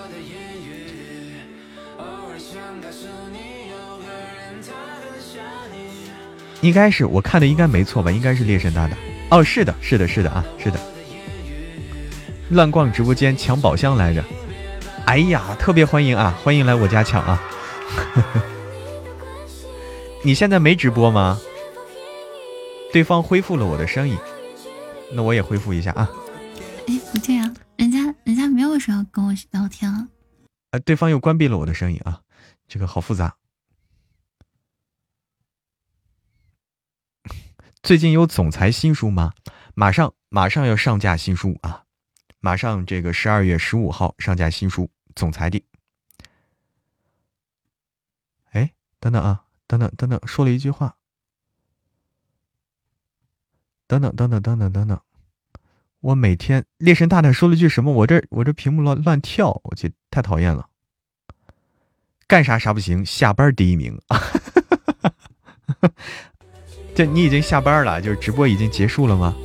应该是我看的应该没错吧，应该是猎神大大。哦，是的是的是的啊，是的。乱逛直播间抢宝箱来着，哎呀，特别欢迎啊，欢迎来我家抢啊。你现在没直播吗？对方恢复了我的声音，那我也恢复一下啊。 哎，不对啊，人家人家没有说要跟我聊天啊。 呃，对方又关闭了我的声音啊，这个好复杂。最近有总裁新书吗？马上马上要上架新书啊！马上这个十二月十五号上架新书，总裁的。哎，等等啊，等等等等，说了一句话。等等等等等等等等，我每天猎神大大说了句什么？我这我这屏幕乱乱跳，我去，太讨厌了。干啥啥不行，下班第一名。这你已经下班了，就是直播已经结束了吗？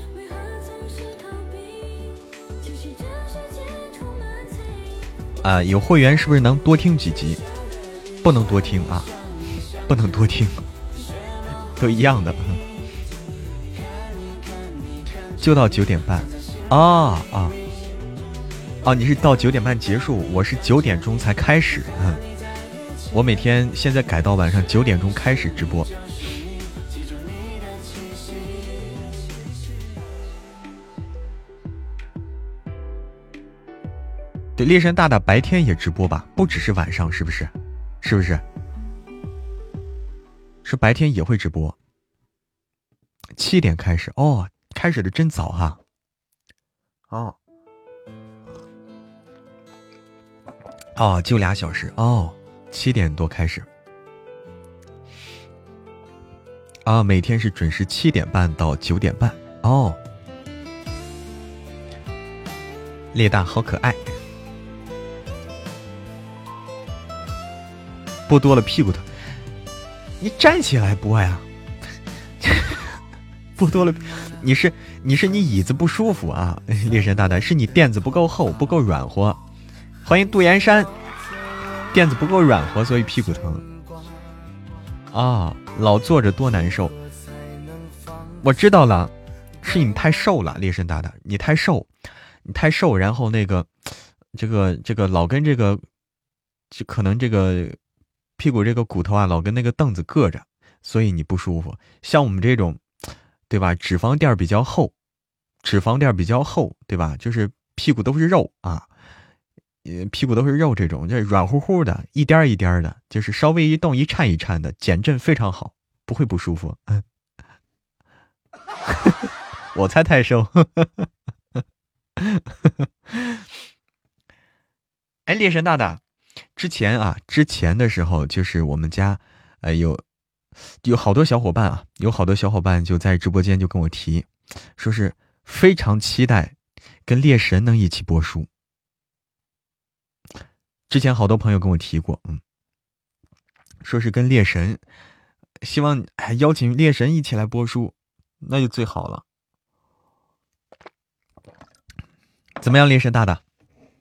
啊、呃，有会员是不是能多听几集？不能多听啊，不能多听，都一样的。就到九点半。啊啊哦，你是到九点半结束，我是九点钟才开始。嗯，我每天现在改到晚上九点钟开始直播。对，猎神大大白天也直播吧？不只是晚上，是不是？是不是？是白天也会直播。七点开始哦，开始的真早哈。哦。哦，就俩小时哦，七点多开始。啊，每天是准时七点半到九点半哦。猎大好可爱。播多了屁股疼，你站起来播呀！播多了，你是你是你椅子不舒服啊，猎神大大，是你垫子不够厚，不够软和。欢迎杜岩山，垫子不够软和，所以屁股疼。啊，老坐着多难受。我知道了，是你太瘦了，猎神大大，你太瘦，你太瘦，然后那个，这个这个老跟这个，就可能这个。屁股这个骨头啊，老跟那个凳子硌着，所以你不舒服。像我们这种，对吧？脂肪垫比较厚，脂肪垫比较厚，对吧？就是屁股都是肉啊，屁股都是肉，这种就是软乎乎的，一颠一颠的，就是稍微一动一颤一颤的，减震非常好，不会不舒服。嗯，我才太瘦。 哎，猎神大大，之前啊，之前的时候就是我们家，呃，有有好多小伙伴啊，有好多小伙伴就在直播间就跟我提，说是非常期待跟猎神能一起播书。之前好多朋友跟我提过，嗯，说是跟猎神，希望还邀请猎神一起来播书，那就最好了。怎么样，猎神大大？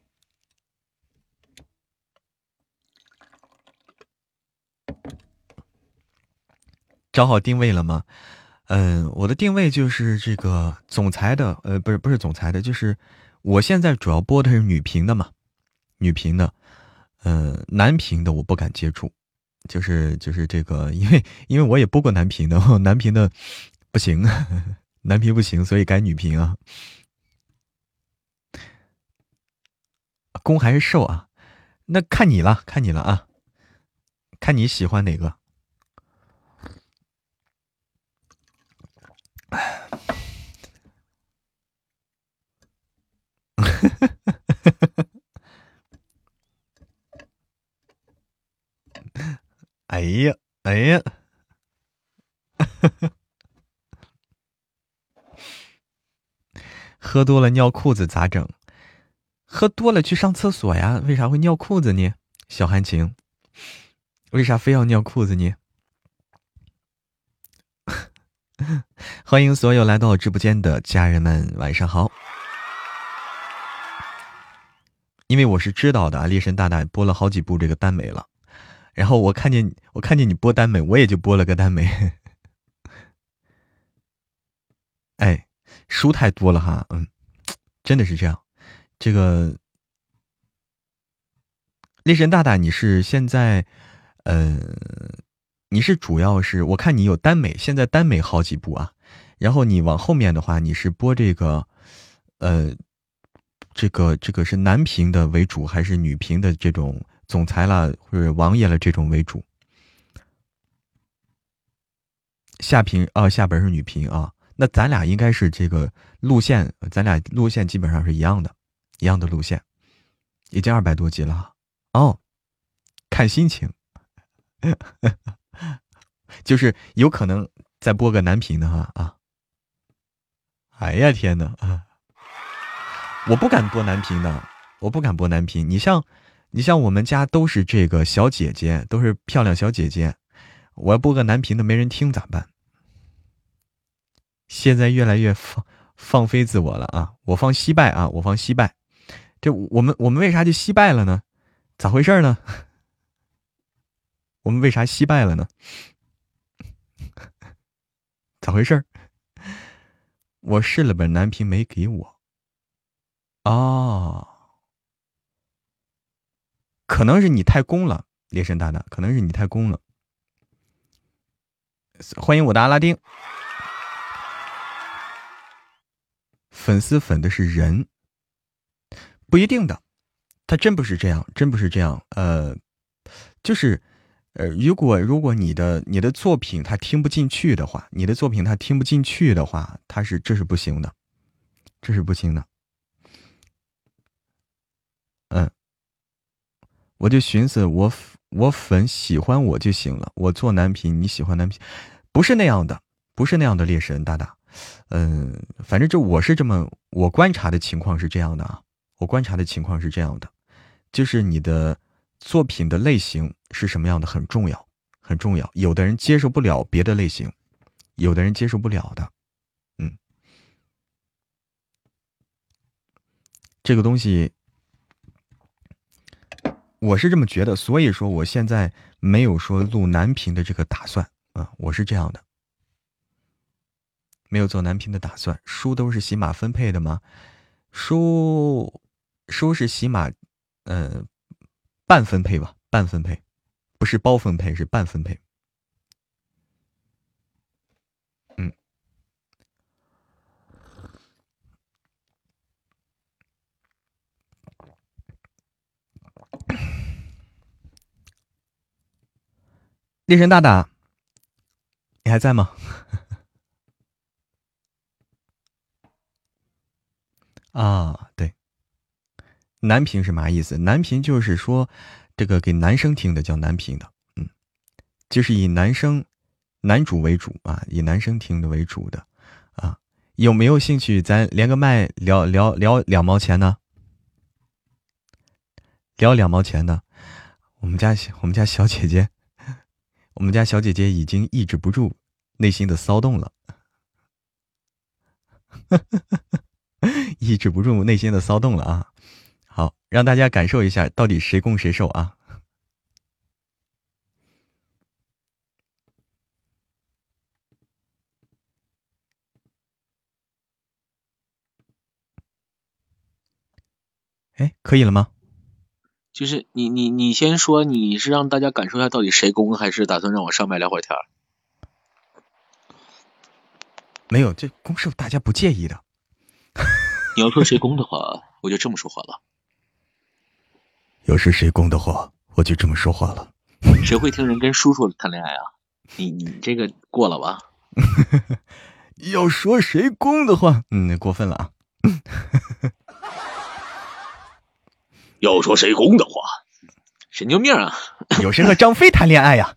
找好定位了吗？嗯，我的定位就是这个总裁的，呃，不是不是总裁的，就是我现在主要播的是女频的嘛，女频的，呃，男频的我不敢接触，就是就是这个，因为因为我也播过男频的，男频的不行，男频不行，所以改女频啊。攻还是受啊？那看你了，看你了啊，看你喜欢哪个。哎呀，哎呀，喝多了尿裤子咋整？喝多了去上厕所呀，为啥会尿裤子呢？小韩晴，为啥非要尿裤子呢？欢迎所有来到我直播间的家人们，晚上好。因为我是知道的啊，猎神大大播了好几部这个耽美了，然后我看见我看见你播耽美，我也就播了个耽美。哎，书太多了哈，嗯，真的是这样。这个猎神大大，你是现在，呃，你是主要是我看你有耽美，现在耽美好几部啊，然后你往后面的话，你是播这个，呃。这个这个是男频的为主，还是女频的这种总裁了或者王爷了这种为主？下频啊，下边是女频啊，那咱俩应该是这个路线，咱俩路线基本上是一样的，一样的路线，已经二百多集了哦，看心情，就是有可能再播个男频的哈啊，哎呀天哪啊！我不敢播男频的，我不敢播男频。你像，你像我们家都是这个小姐姐，都是漂亮小姐姐，我要播个男频的没人听咋办？现在越来越放放飞自我了啊！我放惜败啊，我放惜败。这我们我们为啥就惜败了呢？咋回事呢？我们为啥惜败了呢？咋回事？我试了本男频没给我。哦，可能是你太攻了，猎神大大，可能是你太攻了。欢迎我的阿拉丁，粉丝粉的是人，不一定的，他真不是这样，真不是这样。呃，就是，呃，如果如果你的你的作品他听不进去的话，你的作品他听不进去的话，他是这是不行的，这是不行的。嗯，我就寻思我我粉喜欢我就行了，我做男频你喜欢男频，不是那样的，不是那样的猎神大大。嗯，反正就我是这么我观察的情况是这样的啊，我观察的情况是这样的，就是你的作品的类型是什么样的很重要，很重要。有的人接受不了别的类型，有的人接受不了的，嗯，这个东西。我是这么觉得，所以说我现在没有说录男频的这个打算啊，我是这样的，没有做男频的打算。书都是喜马分配的吗？书书是喜马，呃，半分配吧，半分配，不是包分配，是半分配。嗯，猎神大大，你还在吗？啊，对， 男频是嘛意思？男频就是说这个给男生听的叫男频的，嗯，就是以男生男主为主啊，以男生听的为主的啊。有没有兴趣咱连个麦聊聊聊两毛钱呢？聊两毛钱呢？我们家我们家小姐姐，我们家小姐姐已经抑制不住内心的骚动了，抑制不住内心的骚动了啊！好，让大家感受一下到底谁攻谁受啊！哎，可以了吗？ 就是你你你先说，你是让大家感受一下到底谁攻，还是打算让我上麦聊会儿天？ 没有，这攻受大家不介意的。 你要说谁攻的话，我就这么说话了。 要是谁攻的话，我就这么说话了。 谁会听人跟叔叔谈恋爱啊？你你这个过了吧？ 要说谁攻的话，嗯，过分了啊。 要说谁攻的话，神经病啊！ 有谁和张飞谈恋爱呀、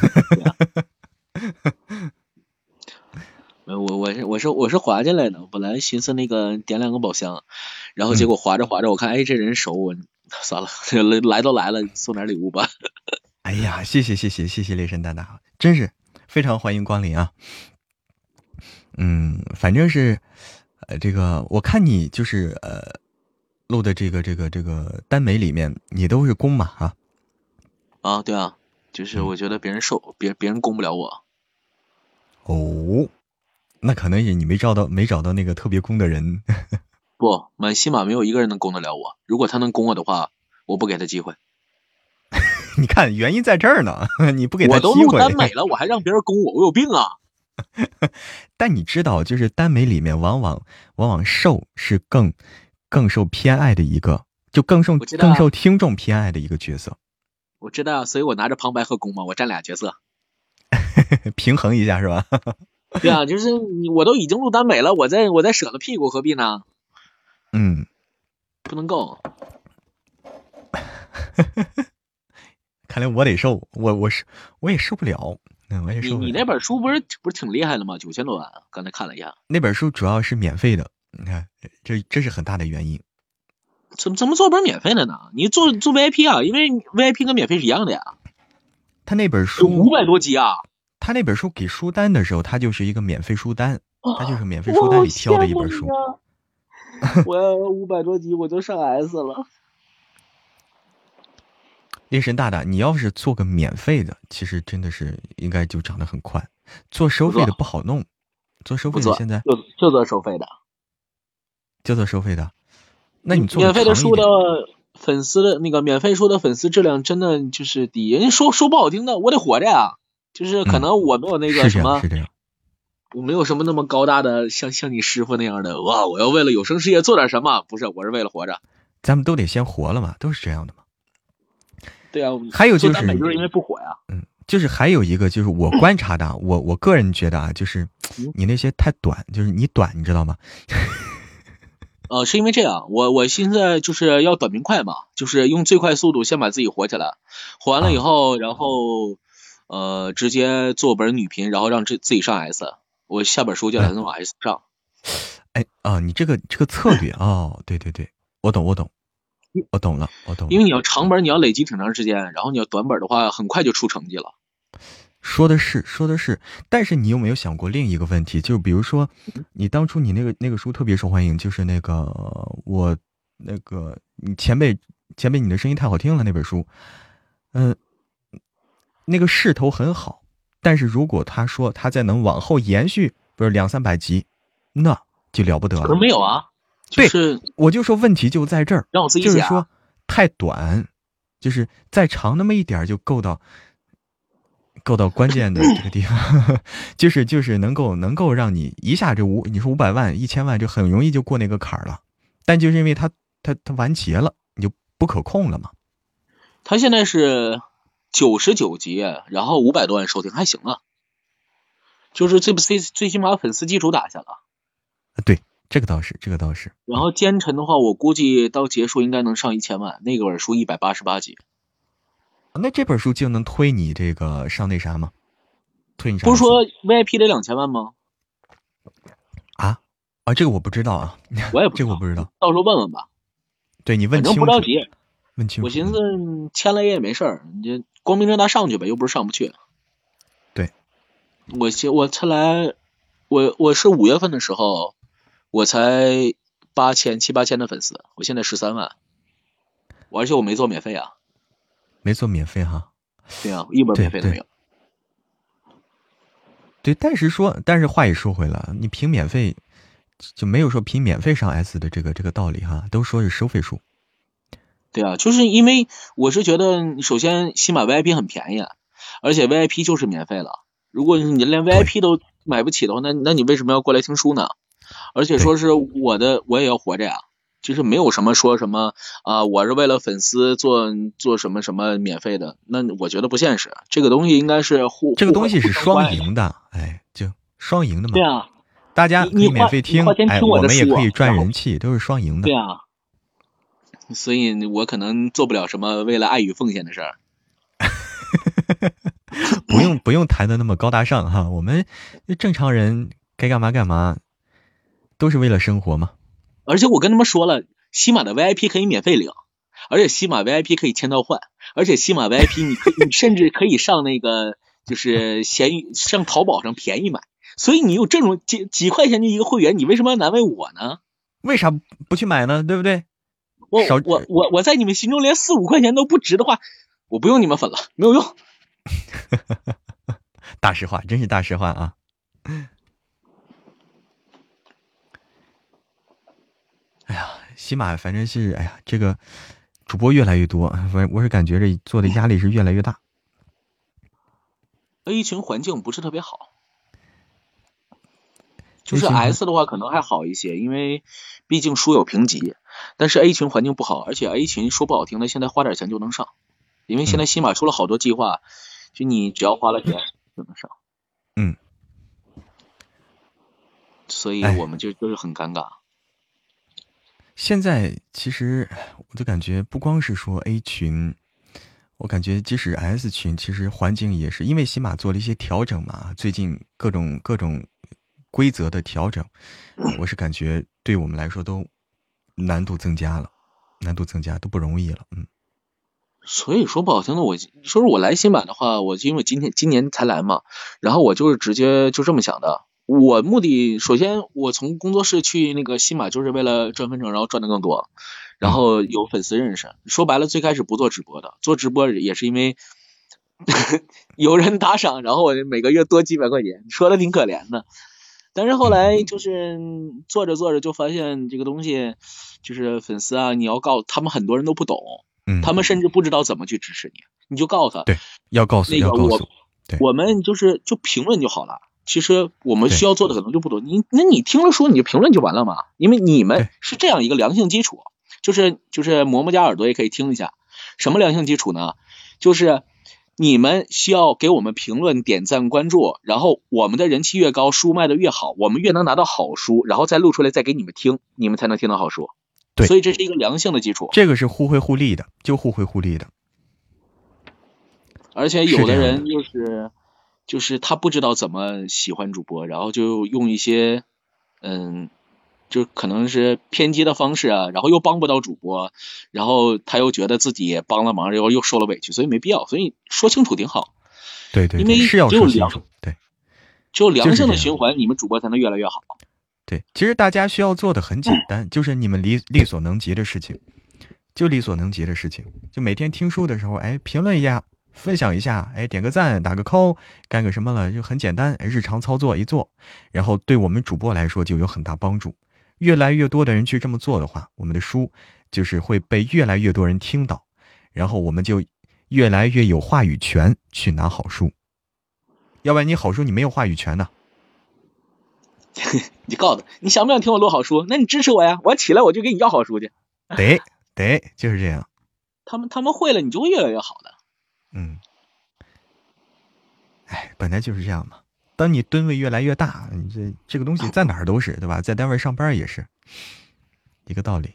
啊？我我是我是我是滑进来的，本来寻思那个点两个宝箱，然后结果滑着滑着，我看哎这人熟，我算了，来都来了，送点礼物吧。 哎呀，谢谢谢谢谢谢雷神大大，真是非常欢迎光临啊。嗯，反正是呃这个我看你就是呃。录的这个这个这个耽美里面，你都是攻嘛啊？ 啊，对啊，就是我觉得别人受，嗯、别别人攻不了我。 哦，那可能是你没找到没找到那个特别攻的人。 不，满西马没有一个人能攻得了我。如果他能攻我的话，我不给他机会。 你看，原因在这儿呢，你不给他机会。 我都录耽美了，我还让别人攻我，我有病啊！ 但你知道，就是耽美里面往往往往受是更。更受偏爱的一个，就更受、啊、更受听众偏爱的一个角色。 我知道，所以我拿着旁白和攻嘛，我占俩角色， 平衡一下是吧？ 对啊，就是你我都已经录耽美了，我再我再舍了屁股，何必呢？ 嗯， 不能够。 看来我得受，我我是我也受不了。嗯，我也受不了。 你你那本书不是不是挺厉害的吗？九千多万，刚才看了一下。 那本书主要是免费的。你看，这这是很大的原因。 怎么怎么做本免费的呢？你做做 V I P 啊，因为 V I P 跟免费是一样的呀。 他那本书五百多集啊！ 他那本书给书单的时候，他就是一个免费书单，他就是免费书单里挑的一本书。 我要五百多集，我就上 S 了。 猎神大大，你要是做个免费的，其实真的是应该就涨得很快。做收费的不好弄。做收费的现在就就做收费的， 就做收费的。那你做免费的书的粉丝的那个免费书的粉丝质量真的就是低。人家说说不好听的，我得活着呀。就是可能我没有那个什么， 嗯、是这样， 我没有什么那么高大的像像你师傅那样的哇！我要为了有声事业做点什么，不是，我是为了活着。 咱们都得先活了嘛，都是这样的嘛。 对啊， 还有就是， 就是因为不火呀。 嗯。就是还有一个，就是我观察的，我我个人觉得啊，就是你那些太短，就是你短，你知道吗？ 呃，是因为这样，我我现在就是要短平快嘛，就是用最快速度先把自己火起来，火完了以后，啊、然后呃直接做本女频，然后让自自己上 S， 我下本书就来弄 S 上。 哎啊，你这个这个策略哦，对对对，我懂我懂。我懂了，我懂了。 因为你要长本，你要累积挺长时间，然后你要短本的话，很快就出成绩了。 说的是，说的是，但是你有没有想过另一个问题？就比如说，你当初你那个那个书特别受欢迎，就是那个我那个你前辈前辈你的声音太好听了那本书，嗯、呃，那个势头很好，但是如果他说他再能往后延续，不是两三百集，那就了不得了。 可是没有啊。就是、 对，我就说问题就在这儿， 让我自己就是说太短，就是再长那么一点就够到够到关键的这个地方，就是就是能够能够让你一下这五你说五百万一千万就很容易就过那个坎儿了，但就是因为它它它完结了，你就不可控了嘛。 他现在是九十九集，然后五百多万收听，还行啊，就是最最最起码粉丝基础打下了。 对。 这个倒是，这个倒是。 然后奸臣的话，我估计到结束应该能上一千万，那个本书一百八十八集。 那这本书就能推你这个上那啥吗？推你啥？ 不是说 V I P 得两千万吗？ 啊啊，这个我不知道啊， 我也不这个我不知道， 到时候问问吧。 对你问清楚，反正不着急， 问清楚。 我寻思签了也没事儿，你就光明正大上去呗，又不是上不去。 对， 我我才来，我我是五月份的时候，我才八千七八千的粉丝，我现在十三万，我而且我没做免费啊， 没做免费哈。 对啊，一本免费都没有。 对，但是说，但是话也说回来，你凭免费就没有说凭免费上 S 的这个这个道理哈，都说是收费数。 对啊，就是因为我是觉得，首先喜马 V I P 很便宜，而且 V I P 就是免费了。如果你连 V I P 都买不起的话，那那你为什么要过来听书呢？而且说是我的，我也要活着呀。就是没有什么说什么啊、呃，我是为了粉丝做做什么什么免费的，那我觉得不现实。这个东西应该是互这个东西是双赢的，哎，就双赢的嘛。 对啊， 大家可以免费听， 听哎，我们也可以赚人气，都是双赢的。 对啊，所以我可能做不了什么为了爱与奉献的事儿。 不用不用谈的那么高大上哈，我们正常人该干嘛干嘛，都是为了生活嘛。 而且我跟他们说了，喜马的 V I P 可以免费领，而且喜马 V I P 可以签到换，而且喜马 V I P 你可以你甚至可以上那个就是闲鱼上淘宝上便宜买，所以你有这种几几块钱的一个会员，你为什么要难为我呢？ 为啥不去买呢？对不对？ 我我我我在你们心中连四五块钱都不值的话，我不用你们粉了，没有用。 大实话，真是大实话啊！哎呀，喜马反正是，哎呀，这个主播越来越多，反正我是感觉这做的压力是越来越大。 A 群环境不是特别好，就是 S 的话可能还好一些，因为毕竟书有评级，但是 A 群环境不好，而且 A 群说不好听的，现在花点钱就能上，因为现在喜马出了好多计划，就你只要花了钱就能上。 嗯， 所以我们就就是很尴尬。 现在其实我就感觉不光是说 A 群，我感觉即使 S 群，其实环境也是因为喜马做了一些调整嘛，最近各种各种规则的调整，我是感觉对我们来说都难度增加了，难度增加都不容易了，嗯。 所以说不好听的，我说是我来喜马的话，我因为今天今年才来嘛，然后我就是直接就这么想的。我目的首先我从工作室去那个喜马就是为了赚分成，然后赚的更多，然后有粉丝认识。说白了，最开始不做直播的，做直播也是因为有人打赏，然后我每个月多几百块钱，说的挺可怜的。但是后来就是做着做着就发现这个东西就是粉丝啊，你要告他们，很多人都不懂， 嗯， 他们甚至不知道怎么去支持你，你就告诉他， 对，要告诉， 那个要告诉， 对，我们就是就评论就好了。其实我们需要做的可能就不多，你那你听了书你就评论就完了嘛，因为你们是这样一个良性基础，就是就是嬷嬷家耳朵也可以听一下，什么良性基础呢？就是你们需要给我们评论、点赞、关注，然后我们的人气越高，书卖的越好，我们越能拿到好书，然后再录出来再给你们听，你们才能听到好书。 对， 所以这是一个良性的基础， 这个是互惠互利的，就互惠互利的。 而且有的人就是就是他不知道怎么喜欢主播，然后就用一些嗯，就可能是偏激的方式啊，然后又帮不到主播，然后他又觉得自己也帮了忙，然后又受了委屈，所以没必要，所以说清楚挺好。 对对， 因为是要说清楚，对， 只有良性的循环，你们主播才能越来越好。 对，其实大家需要做的很简单，就是你们力力所能及的事情，就力所能及的事情，就每天听书的时候，哎，评论一下，分享一下，哎，点个赞，打个 call， 干个什么了，就很简单，日常操作一做，然后对我们主播来说就有很大帮助。越来越多的人去这么做的话，我们的书就是会被越来越多人听到，然后我们就越来越有话语权去拿好书。要不然你好书你没有话语权呢。 你告诉他，你想不想听我录好书？那你支持我呀，我起来我就给你要好书去。 得得，就是这样。 他们他们会了，你就会越来越好的。 嗯，哎，本来就是这样嘛。 当你吨位越来越大，你这这个东西在哪儿都是，对吧？在单位上班也是一个道理。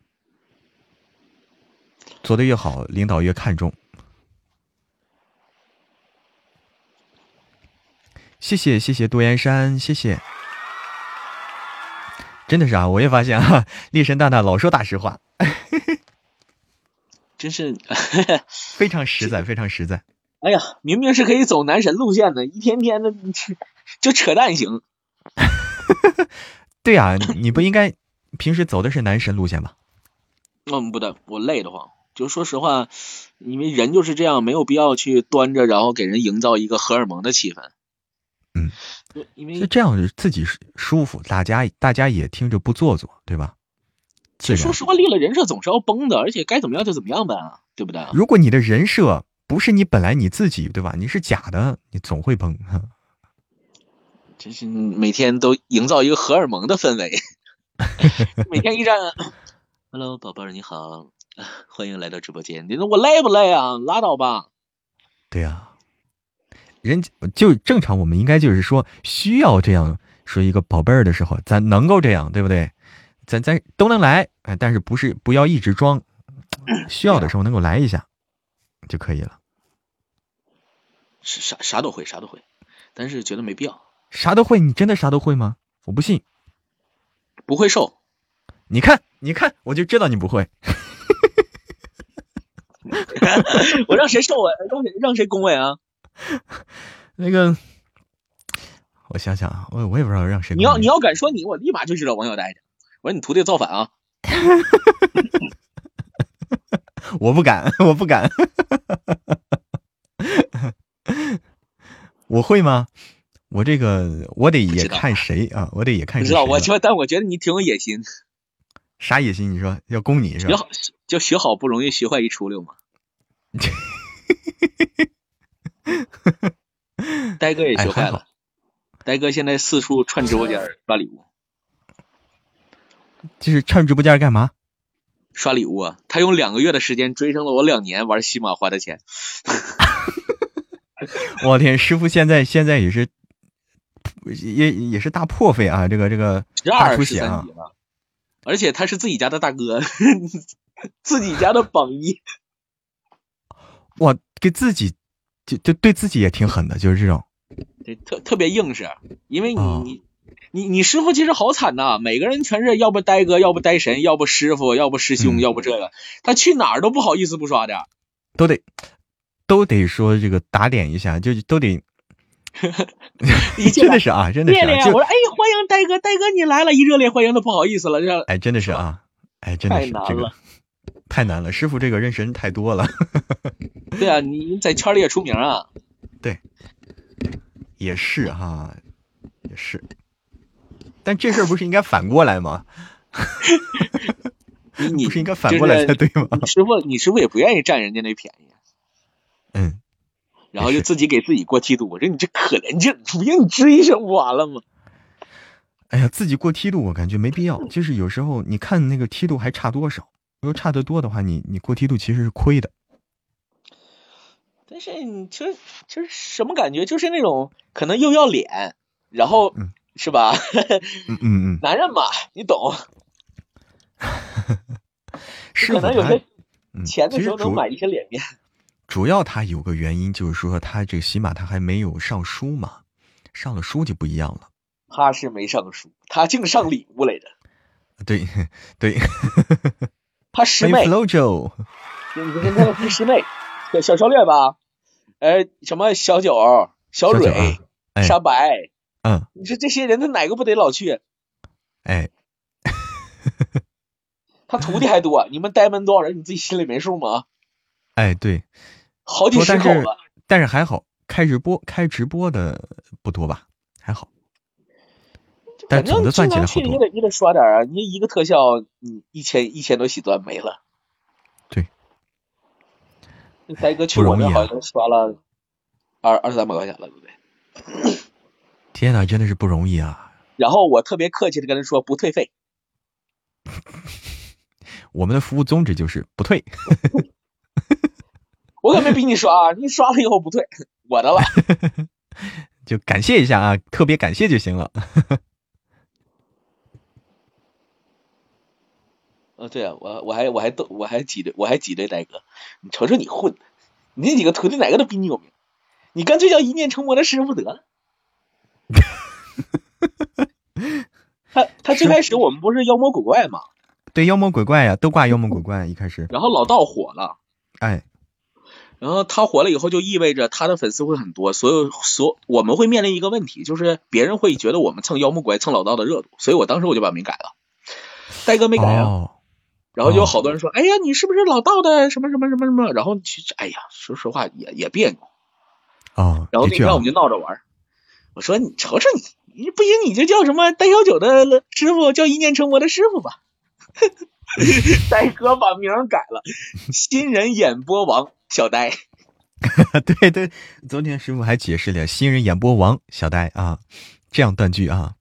做得越好，领导越看重。谢谢谢谢多岩山，谢谢。真的是啊，我也发现啊，猎神大大老说大实话， 真是非常实在，非常实在。 哎呀，明明是可以走男神路线的，一天天的就扯淡型。 对啊，你不应该平时走的是男神路线吧？ 嗯，不对，我累得慌。就说实话，因为人就是这样，没有必要去端着，然后给人营造一个荷尔蒙的气氛。 嗯， 因为就这样自己舒服，大家大家也听着不做作，对吧？ 说实话，立了人设总是要崩的，而且该怎么样就怎么样呗，对不对？ 如果你的人设不是你本来你自己，对吧？你是假的，你总会崩。 真是每天都营造一个荷尔蒙的氛围，每天一站 ，Hello 宝贝儿你好，欢迎来到直播间。你说我累不累啊？拉倒吧。 对呀、啊。人就正常，我们应该就是说需要这样说一个宝贝儿的时候，咱能够这样，对不对？咱咱都能来，哎，但是不是不要一直装，需要的时候能够来一下就可以了。 是啥啥都会，啥都会，但是觉得没必要。 啥都会？你真的啥都会吗？我不信。 不会瘦。 你看，你看，我就知道你不会。 我让谁瘦啊？让谁让谁恭维啊？ 那个，我想想啊，我我也不知道让谁。 你要你要敢说你，我立马就知道王小呆去。我说你徒弟造反啊！ 我不敢，我不敢。我会吗？我这个我得也看谁啊，我得也看谁。 不知道，我觉但我觉得你挺有野心。 啥野心？你说要攻你是吧？ 学好就学好不容易，学坏一出溜嘛。呆哥也学坏了，哎、呆哥现在四处串直播间刷礼物。 就是串直播间干嘛？ 刷礼物啊！他用两个月的时间追上了我两年玩西马花的钱。 我天，师傅现在现在也是也也是大破费啊！这个这个大出血啊！ 而且他是自己家的大哥，自己家的榜一。 哇，给自己就就对自己也挺狠的，就是这种。 对，特特别硬实，因为你、哦、你你你师傅其实好惨呐，每个人全是要不呆哥，要不呆神，要不师傅，要不师兄，嗯、要不这个，他去哪儿都不好意思不刷的， 都得都得说这个打脸一下，就都得。真的是啊，真的是、啊。 我说哎，欢迎呆哥，呆哥你来了，一热烈欢迎都不好意思了，这哎，真的是啊，哎，真的是这个太难了，师傅这个认识人太多了。 对啊，你在圈里也出名啊。 对，也是哈，也是。但这事儿不是应该反过来吗？ 你你不是应该反过来才对吗？ 你师傅，你师傅也不愿意占人家那便宜。 嗯。 然后就自己给自己过梯度，我说你这可怜劲，不让你吱一声不完了吗？ 哎呀，自己过梯度我感觉没必要，就是有时候你看那个梯度还差多少，如果差得多的话，你你过梯度其实是亏的。 但是你其实其实什么感觉，就是那种可能又要脸，然后、嗯、是吧？ 嗯嗯嗯， 男人嘛，你懂。 是可能有些钱的时候能买一些脸面。 主要他有个原因就是说他这个起码他还没有上书嘛，上了书就不一样了。 他是没上书，他净上礼物来着。 对对， 他师妹。 Flow Joe， 你跟他他师妹，小小小略吧，呃，什么小九、小蕊、 小啊、 沙白， 嗯， 你说这些人他哪个不得老去？ 哎， 他徒弟还多，你们呆门多少人？你自己心里没数吗？ 哎，对， 好几十口子， 但是还好，开直播开直播的不多吧，还好。但总的算起来好多。 你得你得刷点啊！你一个特效，你一千一千多喜钻没了。 对。 呆哥去我那好像刷了二二三百块钱了，对不对？ 天哪，真的是不容易啊！ 然后我特别客气的跟他说不退费。 我们的服务宗旨就是不退。 我可没逼你刷，你刷了以后不退，我的了。 就感谢一下啊，特别感谢就行了。 哦，对啊，我我还我还逗我还挤兑我还挤兑呆哥，你瞅瞅你混的，你那几个徒弟哪个都比你有名，你干脆叫一念成魔的师傅得了。他他最开始我们不是妖魔鬼怪嘛？ 对，妖魔鬼怪呀、啊，都挂妖魔鬼怪一开始。 然后老道火了， 哎， 然后他火了以后，就意味着他的粉丝会很多，所有所我们会面临一个问题，就是别人会觉得我们蹭妖魔鬼怪蹭老道的热度，所以我当时我就把名改了，呆哥没改啊。 哦然后就有好多人说，哎呀，你是不是老道的什么什么什么什么？然后其实，哎呀，说实话也也别扭。 哦， 然后那天我们就闹着玩，我说你瞅瞅你，你不行你就叫什么呆小九的师傅，叫一念成魔的师傅吧。呆哥把名改了，新人演播王小呆。 对对，昨天师傅还解释了新人演播王小呆啊，这样断句啊，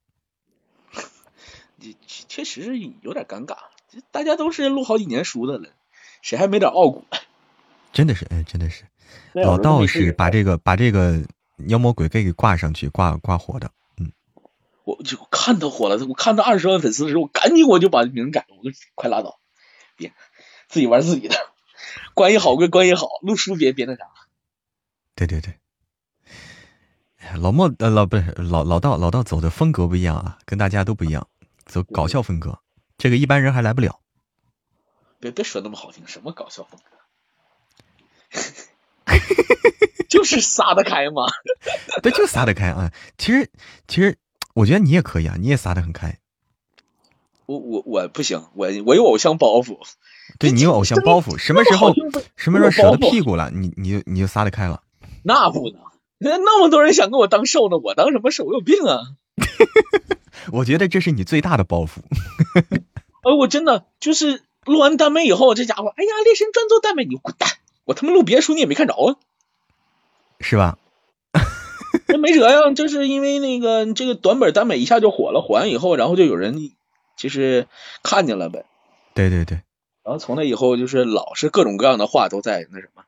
确实是有点尴尬。大家都是录好几年书的了，谁还没点傲骨？ 真的是，哎，真的是，老道是把这个把这个妖魔鬼怪给挂上去，挂挂火的。嗯， 我就看他火了，我看他二十万粉丝的时候，我赶紧我就把名改了，我说快拉倒，别自己玩自己的，关系好归关系好，录书别别那啥。 对对对，老莫呃老不是老老道老道走的风格不一样啊，跟大家都不一样，走搞笑风格。这个一般人还来不了。 别别说那么好听，什么搞笑风格？就是撒得开嘛。 对，就撒得开啊。其实其实我觉得你也可以啊，你也撒得很开。 我我我不行，我我有偶像包袱。 对，你有偶像包袱，什么时候什么时候舍得屁股了，你你就你就撒得开了。 那不能，那么多人想跟我当兽呢，我当什么兽？我有病啊！ 我觉得这是你最大的包袱。 呃，我真的就是录完耽美以后，这家伙，哎呀，猎神专做耽美，你滚蛋！我他妈录别的书你也没看着啊， 是吧？ 那没辙呀，就是因为那个这个短本耽美一下就火了，火完以后，然后就有人就是看见了呗。 对对对。 然后从那以后，就是老是各种各样的话都在那什么。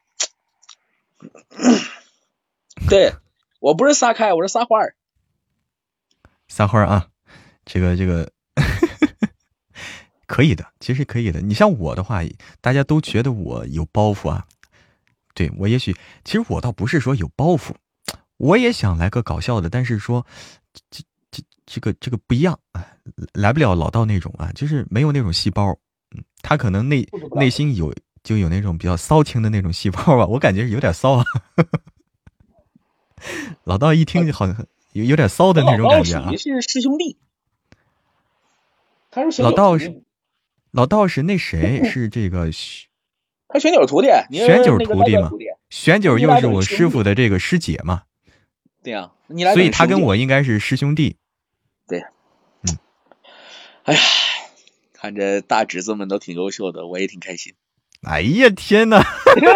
对，我不是撒开，我是撒花儿。 撒花啊，这个这个可以的，其实可以的。你像我的话，大家都觉得我有包袱啊。对，我也许，其实我倒不是说有包袱，我也想来个搞笑的，但是说这这这个这个不一样啊，来不了老道那种啊，就是没有那种细胞。嗯，他可能内内心有就有那种比较骚情的那种细胞吧，我感觉是有点骚啊。老道一听就好像有有点骚的那种感觉啊。 是师兄弟，他是老道是老道是那谁是这个他玄九徒弟， 玄九徒弟嘛，玄九又是我师傅的这个师姐嘛。 对呀、啊，你来， 所以他跟我应该是师兄弟。 对， 嗯， 哎呀，看着大侄子们都挺优秀的，我也挺开心。 哎呀天哪！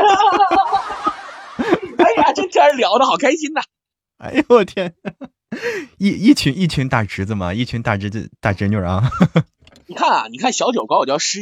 哎呀，这天聊的好开心呐！ 哎呦我天，一一群一群大侄子嘛，一群大侄子大侄女啊。 你看啊，你看小九管我叫师姨，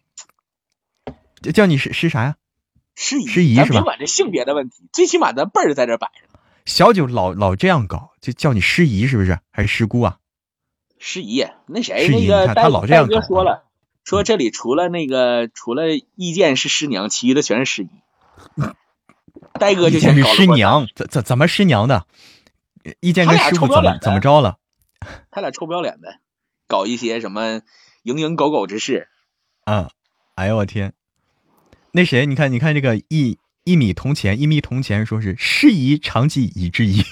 叫你师师啥呀？ 师姨， 师姨是吧？ 咱别管这性别的问题，最起码咱辈儿在这摆着。 小九老老这样搞，就叫你师姨是不是？还是师姑啊？ 师姨，那谁师姨那个他老这样搞、啊、 说了，说这里除了那个除了意见是师娘，其余的全是师姨。呆哥就先是师娘，怎怎怎么师娘的？意见跟师傅怎么怎么着了？ 他俩臭不要脸的，搞一些什么蝇营狗苟之事。 嗯，哎呦我天！那谁，你看，你看这个一一米铜钱，一米铜钱说是师夷长技以制夷。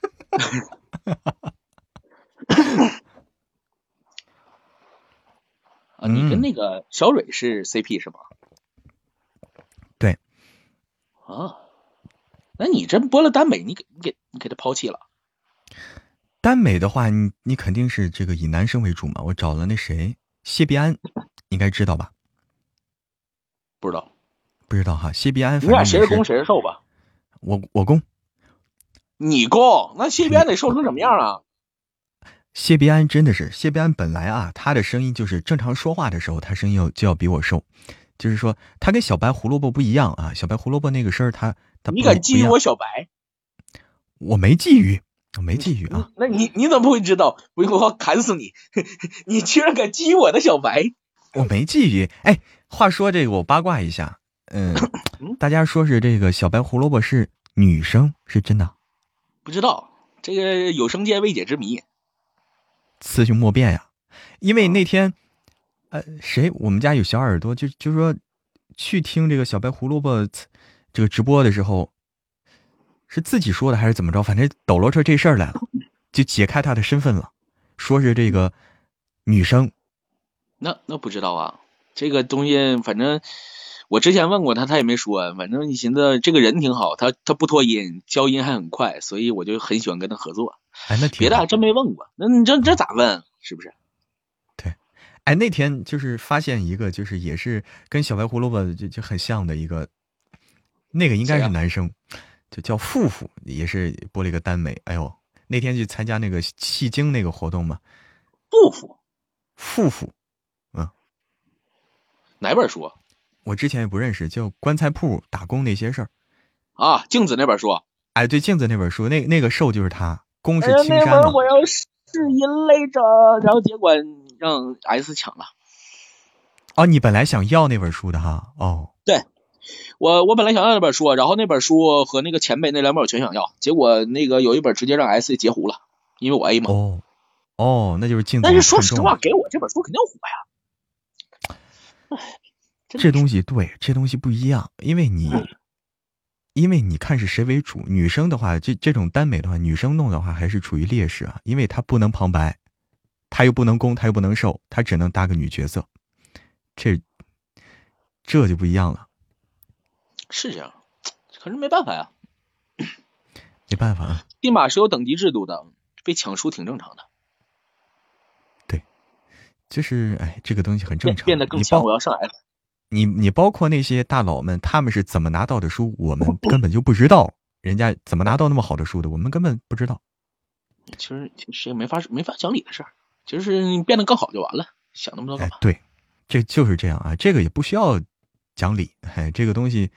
啊，你跟那个小蕊是 C P 是吗？ 对。 啊。那你这播了耽美，你给你给你给他抛弃了？ 耽美的话，你你肯定是这个以男生为主嘛。我找了那谁谢必安，应该知道吧？ 不知道， 不知道哈。谢必安， 你俩谁是攻谁是受吧？ 我我攻， 你攻，那谢必安得受成什么样啊？ 谢必安真的是，谢必安本来啊，他的声音就是正常说话的时候，他声音要就要比我瘦。就是说，他跟小白胡萝卜不一样啊！小白胡萝卜那个声儿，他他你敢觊觎我小白？ 我没觊觎， 我没觊觎啊。 那你你怎么不会知道？我我要砍死你！你居然敢觊觎我的小白！ 我没觊觎。哎，话说这个，我八卦一下，嗯，大家说是这个小白胡萝卜是女生，是真的？ 不知道，这个有生界未解之谜， 雌雄莫辨呀。因为那天，呃，谁我们家有小耳朵，就就说去听这个小白胡萝卜这个直播的时候，是自己说的还是怎么着？反正抖搂出这事儿来了，就解开他的身份了，说是这个女生。 那那不知道啊，这个东西反正我之前问过他，他也没说。反正你寻思这个人挺好，他他不拖音，交音还很快，所以我就很喜欢跟他合作。 哎，那挺别的还真没问过。那你这这咋问？是不是？ 对，哎，那天就是发现一个，就是也是跟小白胡萝卜就就很像的一个，那个应该是男生，啊、就叫富富，也是播了一个耽美。哎呦，那天去参加那个戏精那个活动嘛， 富富， 富富。 哪本书？ 我之前也不认识，叫棺材铺打工那些事儿啊。镜子那本书， 哎，对，镜子那本书，那那个兽就是他，公是青山嘛。 哎、那本我要试音来着，然后结果让 S 抢了。 哦，你本来想要那本书的哈？哦， 对，我我本来想要那本书，然后那本书和那个前辈那两本我全想要，结果那个有一本直接让 S 截胡了，因为我 A 嘛。 哦哦，那就是镜子。 但是说实话，给我这本书肯定火呀。 这东西对，这东西不一样，因为你，因为你看是谁为主。女生的话，这这种耽美的话，女生弄的话还是处于劣势啊，因为她不能旁白，她又不能攻，她又不能受，她只能搭个女角色，这这就不一样了。 是这样，可是没办法呀， 没办法啊。 地马是有等级制度的，被抢书挺正常的。 对，就是哎，这个东西很正常。 变得更强，我要上 S。 你你包括那些大佬们，他们是怎么拿到的书，我们根本就不知道。人家怎么拿到那么好的书的，我们根本不知道。 其实其实也没法没法讲理的事儿，就是你变得更好就完了，想那么多干嘛？ 哎，对，这就是这样啊，这个也不需要讲理，哎，这个东西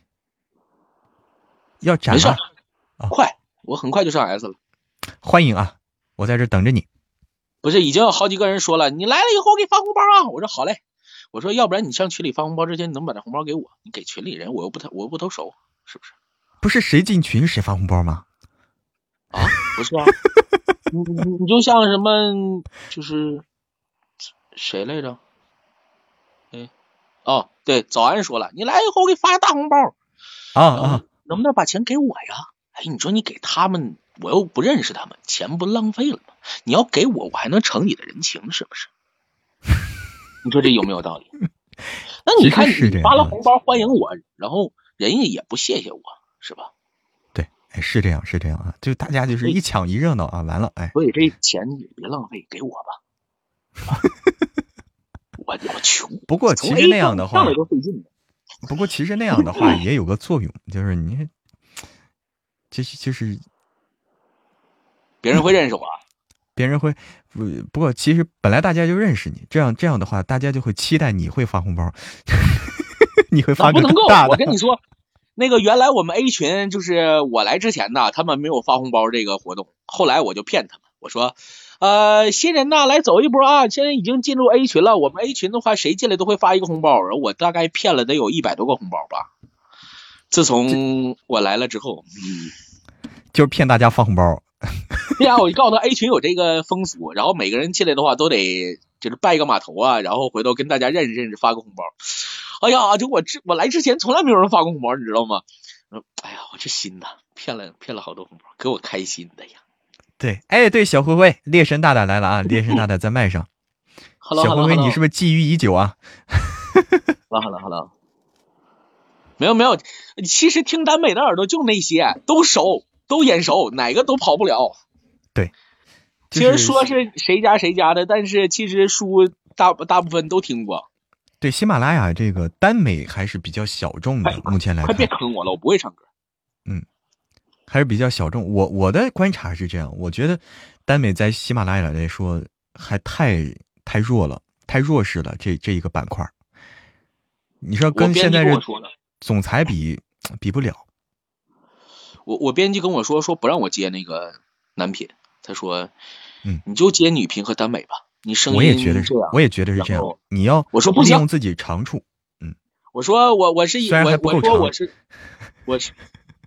要展。 没事，啊、快，我很快就上 S 了。 欢迎啊，我在这等着你。 不是，已经有好几个人说了，你来了以后我给你发红包啊！我说好嘞。我说，要不然你上群里发红包之前，你能把这红包给我？你给群里人，我又不我又不投熟，是不是？ 不是谁进群谁发红包吗？ 啊，不是啊，你你你就像什么，就是谁来着？哎，哦，对，早安说了，你来以后我给你发个大红包啊啊， 能不能把钱给我呀？哎，你说你给他们，我又不认识他们，钱不浪费了吗？你要给我，我还能承你的人情，是不是？你说这有没有道理？那你看你发了红包欢迎我，然后人家也不谢谢我，是吧？ 对，哎，是这样，是这样啊，就大家就是一抢一热闹啊，完了，哎， 所以这钱也别浪费，给我吧，是吧？我我穷。 不过其实那样的话，不过其实那样的话也有个作用，就是你，就是就是别人会认识我。 别人会不不过其实本来大家就认识你，这样这样的话大家就会期待你会发红包你会发个更大的。 我跟你说，那个原来我们 A 群就是我来之前呢，他们没有发红包这个活动，后来我就骗他们，我说呃新人呢来走一波啊，现在已经进入 A 群了，我们 A 群的话谁进来都会发一个红包，我大概骗了得有一百多个红包吧。自从我来了之后，嗯， 就是骗大家发红包。 对啊，我就告诉他 A 群有这个风俗，然后每个人进来的话都得就是拜个码头啊，然后回头跟大家认识认识，发个红包。哎呀，就我之我来之前从来没有人发过红包，你知道吗？哎呀，我这心呐，骗了骗了好多红包，给我开心的呀。 对，哎，对，小灰灰，猎神大大来了啊！猎神大大在麦上。小灰灰，你是不是觊觎已久啊？ 好了好了好了，没有没有，其实听耽美的耳朵就那些，都熟。都眼熟，哪个都跑不了。 对， 其实说是谁家谁家的，但是其实书大大部分都听过。 对，喜马拉雅这个耽美还是比较小众的，目前来看。 快别坑我了，我不会唱歌。 嗯，还是比较小众。我我的观察是这样，我觉得耽美在喜马拉雅来说还太太弱了，太弱势了。这这一个板块，你说跟现在这总裁比比不了。 我我编辑跟我说说不让我接那个男频，他说， 嗯， 你就接女频和耽美吧，你声音我也觉得是这样， 我也觉得是这样。你要我说不行， 利用自己长处。嗯， 我说我我是虽然还不够长， 我说我是我是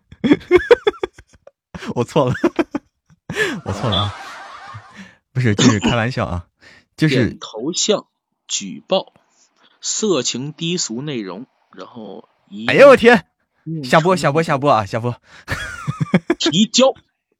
我错了，我错了啊，不是，这是开玩笑啊，就是点头像举报色情低俗内容，然后一哎呦我天，下播下播下播啊下播， 提交。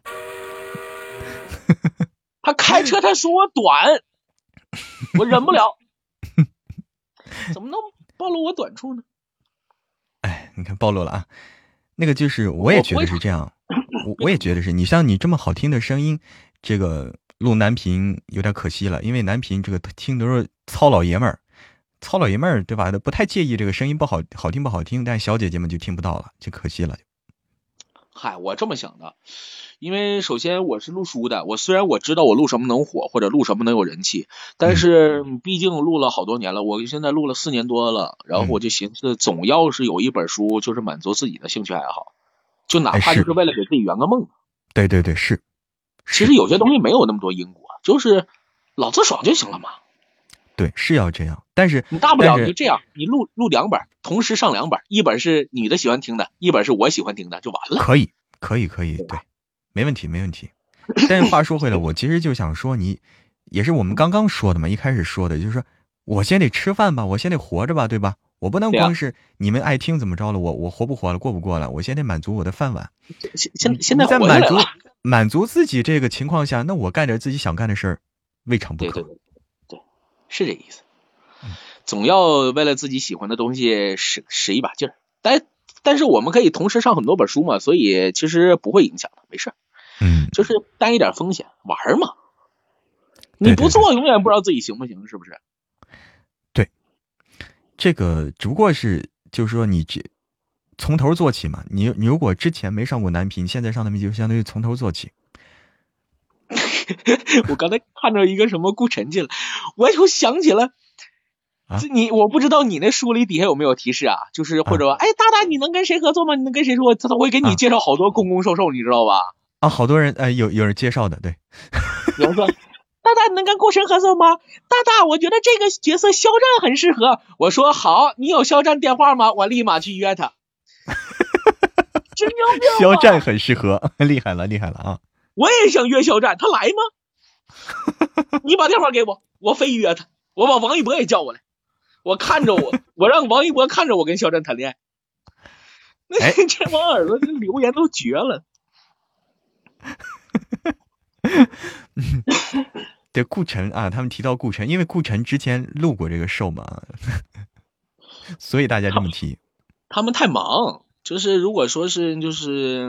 他开车他说我短，我忍不了，怎么能暴露我短处呢？ 哎，你看暴露了啊，那个就是我也觉得是这样，我我也觉得是你像你这么好听的声音，这个录男频有点可惜了，因为男频这个听都是糙老爷们儿，糙老爷们儿对吧？不太介意这个声音不好好听不好听，但小姐姐们就听不到了，就可惜了。 嗨，我这么想的。因为首先我是录书的，我虽然我知道我录什么能火或者录什么能有人气，但是毕竟录了好多年了，我现在录了四年多了，然后我就寻思总要是有一本书就是满足自己的兴趣爱好，就哪怕就是为了给自己圆个梦。 对对对，是。 其实有些东西没有那么多因果，就是老子爽就行了嘛。 对，是要这样，但是你大不了你就这样，你录录两本，同时上两本，一本是女的喜欢听的，一本是我喜欢听的，就完了。 可以，可以，可以，对。没问题，没问题。但是话说回来，我其实就想说，你也是我们刚刚说的嘛，一开始说的就是说，我先得吃饭吧，我先得活着吧，对吧？我不能光是你们爱听怎么着了，我我活不活了，过不过了，我先得满足我的饭碗。 现现现在在满足满足自己这个情况下，那我干点自己想干的事儿，未尝不可。 对对对对，是这意思。总要为了自己喜欢的东西使使一把劲儿，但但是我们可以同时上很多本书嘛，所以其实不会影响的，没事。 嗯， 就是担一点风险，玩嘛。你不做，永远不知道自己行不行，是不是？ 对，这个只不过是就是说你这从头做起嘛。你你如果之前没上过男频，现在上男频就相当于从头做起。 我刚才看到一个什么顾晨去了，我就想起了。啊、你我不知道你那书里底下有没有提示啊？就是或者说，啊、哎，大大你能跟谁合作吗？你能跟谁说？他会给你介绍好多公公瘦瘦，你知道吧？ 啊，好多人呃有有人介绍的，对。 有人说，大大你能跟顾晨合作吗？大大，我觉得这个角色肖战很适合。我说好，你有肖战电话吗？我立马去约他。真牛逼！ 肖战很适合，厉害了，厉害了啊！ 我也想约肖战，他来吗？你把电话给我，我非约他。我把王一博也叫过来。我看着我，我让王一博看着我跟肖战谈恋爱。那、哎、这帮耳朵这留言都绝了。 对顾晨啊，他们提到顾晨，因为顾晨之前录过这个show嘛，所以大家这么提。 他, 他们太忙，就是如果说是就是，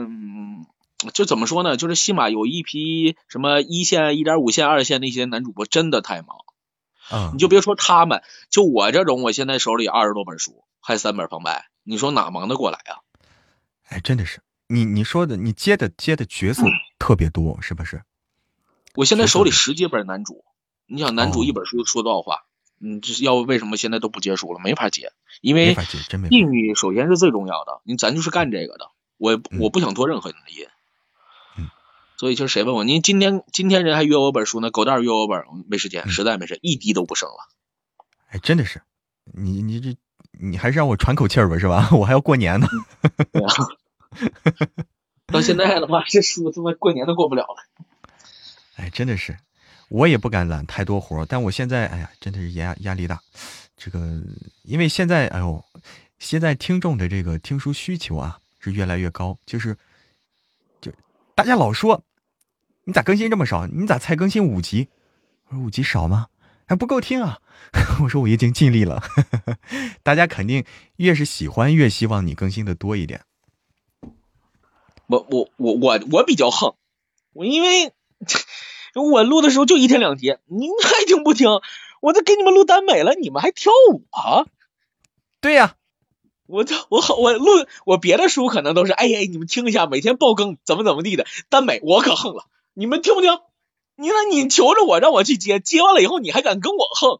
嗯，就怎么说呢？就是起码有一批什么一线、一点五线、二线那些男主播真的太忙。 嗯， 你就别说他们，就我这种，我现在手里二十多本书，还三本旁白，你说哪忙得过来啊？ 哎，真的是，你你说的，你接的接的角色特别多，嗯、是不是？ 我现在手里十几本男主，你想男主一本书说多少话？嗯、哦，这是要为什么现在都不接书了？没法接，因为英语首先是最重要的，你咱就是干这个的，我我不想拖任何人的音。 嗯， 所以就是谁问我，您今天今天人还约我本书呢，狗蛋约我本，没时间，实在没事，一滴都不剩了。 哎，真的是，你你这你还是让我喘口气儿吧，是吧？我还要过年呢。 对啊，到现在的话，这书他妈过年都过不了了。 哎，真的是，我也不敢揽太多活，但我现在哎呀，真的是压压力大。这个因为现在哎呦，现在听众的这个听书需求啊是越来越高，就是就大家老说你咋更新这么少？你咋才更新五集？我说五集少吗？还不够听啊！我说我已经尽力了，大家肯定越是喜欢，越希望你更新的多一点。 我我我我我比较横，我因为我录的时候就一天两集，你们还听不听？我都给你们录耽美了，你们还挑我？ 对呀、啊， 我我我录我别的书可能都是哎哎，你们听一下，每天爆更怎么怎么地的，耽美我可横了，你们听不听？你那你求着我让我去接，接完了以后你还敢跟我横？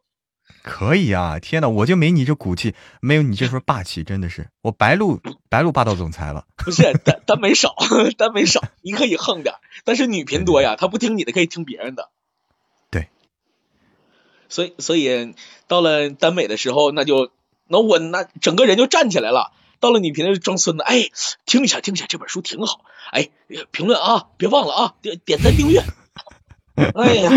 可以啊！天哪，我就没你这骨气，没有你这份霸气，真的是我白鹿白鹿霸道总裁了。 不是，单单没少，单没少，你可以横点，但是女频多呀，他不听你的，可以听别人的。 对， 所以所以到了耽美的时候，那就那我那整个人就站起来了。到了女频的装孙子，哎，听一下听一下，这本书挺好，哎，评论啊，别忘了啊，点点赞订阅。哎呀，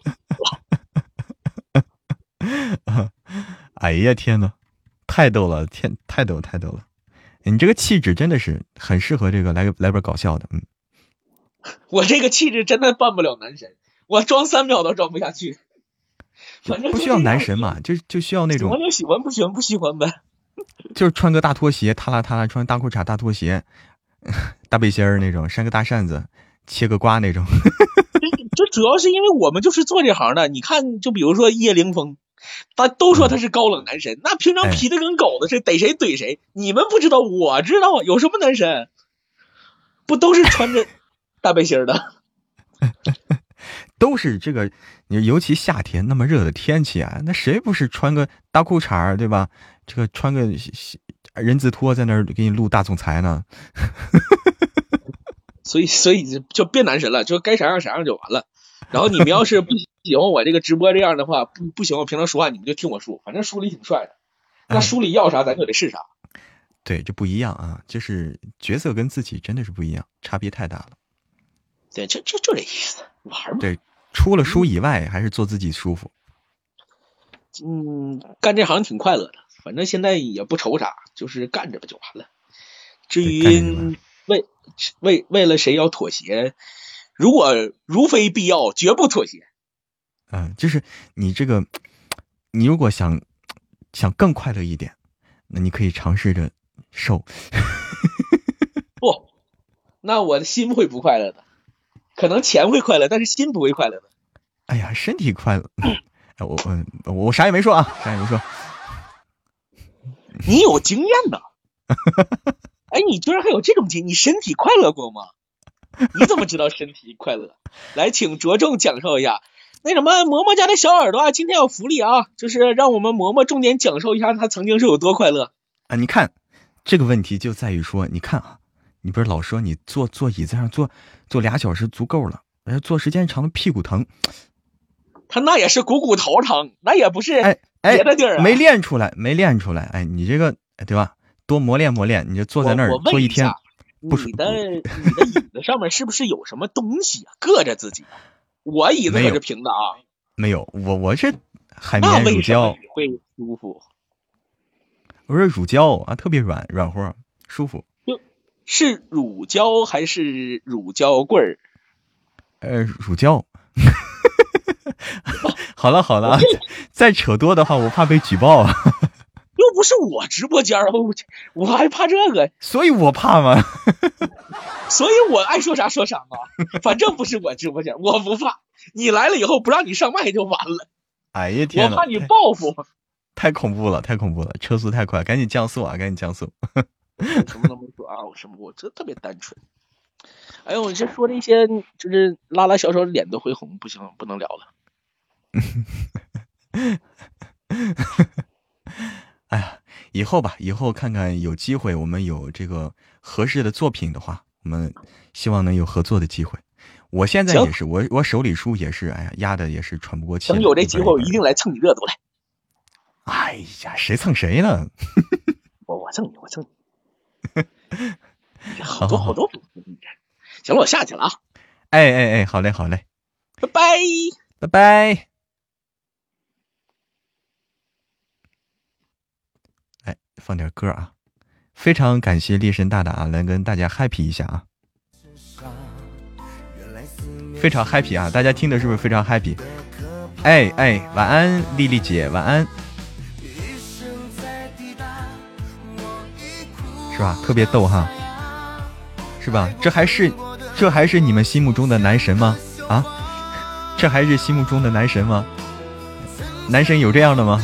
哎呀天哪，太逗了，天太逗太逗了！你这个气质真的是很适合这个来个来本搞笑的，嗯。 我这个气质真的扮不了男神，我装三秒都装不下去。反正不需要男神嘛，就就需要那种喜欢就喜欢，不喜欢不喜欢呗。 就是穿个大拖鞋，踏拉踏拉，穿大裤衩、大拖鞋、大背心儿那种，扇个大扇子，切个瓜那种。 这主要是因为我们就是做这行的，你看，就比如说叶凌风，他都说他是高冷男神，嗯、那平常皮的跟狗的似的，逮谁怼谁。你们不知道，我知道，有什么男神？不都是穿着大背心的？ 都是这个，你尤其夏天那么热的天气啊，那谁不是穿个大裤衩对吧？这个穿个人字拖在那儿给你录大总裁呢？ 所以，所以就别男神了，就该啥样啥样就完了。然后你们要是不喜欢我这个直播这样的话，不不喜欢我平常说话，你们就听我说，反正书里挺帅的。那书里要啥，咱就得是啥。 对，这不一样啊，就是角色跟自己真的是不一样，差别太大了。 对，就就就这意思，玩嘛。 对，除了书以外，还是做自己舒服。 嗯，干这行挺快乐的，反正现在也不愁啥，就是干着吧就完了。至于为为为了谁要妥协，如果如非必要，绝不妥协。 嗯，就是你这个，你如果想想更快乐一点，那你可以尝试着瘦。 不，那我的心会不快乐的。可能钱会快乐，但是心不会快乐的。 哎呀，身体快乐。我我我啥也没说啊，啥也没说。 你有经验的。哎，你居然还有这种经验？你身体快乐过吗？你怎么知道身体快乐？来，请着重讲授一下。那什么，嬷嬷家的小耳朵啊，今天有福利啊，就是让我们嬷嬷重点讲授一下她曾经是有多快乐啊！你看，这个问题就在于说，你看啊，你不是老说你坐坐椅子上坐坐俩小时足够了，而坐时间长了屁股疼。 他那也是股骨头疼，那也不是别的地儿、啊哎哎、没练出来，没练出来。哎，你这个对吧？多磨练磨练，你就坐在那儿坐一天。不你的你的椅子上面是不是有什么东西啊？硌着自己？我椅子可是平的啊。 没有，我我这海绵乳胶会舒服。 我说乳胶啊，特别软软和，舒服。 是乳胶还是乳胶棍儿？ 呃，乳胶。好了好了，再扯多的话，我怕被举报啊。 又不是我直播间，我我还怕这个， 所以我怕吗？ 所以我爱说啥说啥嘛。反正不是我直播间，我不怕。你来了以后不让你上麦就完了。 哎呀天哪！ 我怕你报复。 太恐怖了，太恐怖了，车速太快，赶紧降速啊，赶紧降速。 什么都没说啊，我什么我这特别单纯。哎呦，我这说这些就是拉拉小手脸都会红，不行，不能聊了。 哎呀，以后吧，以后看看有机会，我们有这个合适的作品的话，我们希望能有合作的机会。我现在也是，我我手里书也是，哎呀，压的也是喘不过气。 等有这机会，我一定来蹭你热度来。 哎呀，谁蹭谁呢？ 我我蹭你，我蹭你。好多好多。行了，我下去了啊。 哎哎哎，好嘞好嘞， 拜拜拜拜。哎，放点歌啊！非常感谢猎神大大啊，来跟大家 happy 一下啊！非常 happy 啊！大家听的是不是非常 happy？ 哎哎，晚安，丽丽姐，晚安，是吧？特别逗哈，是吧？这还是这还是你们心目中的男神吗？啊，这还是心目中的男神吗？男神有这样的吗？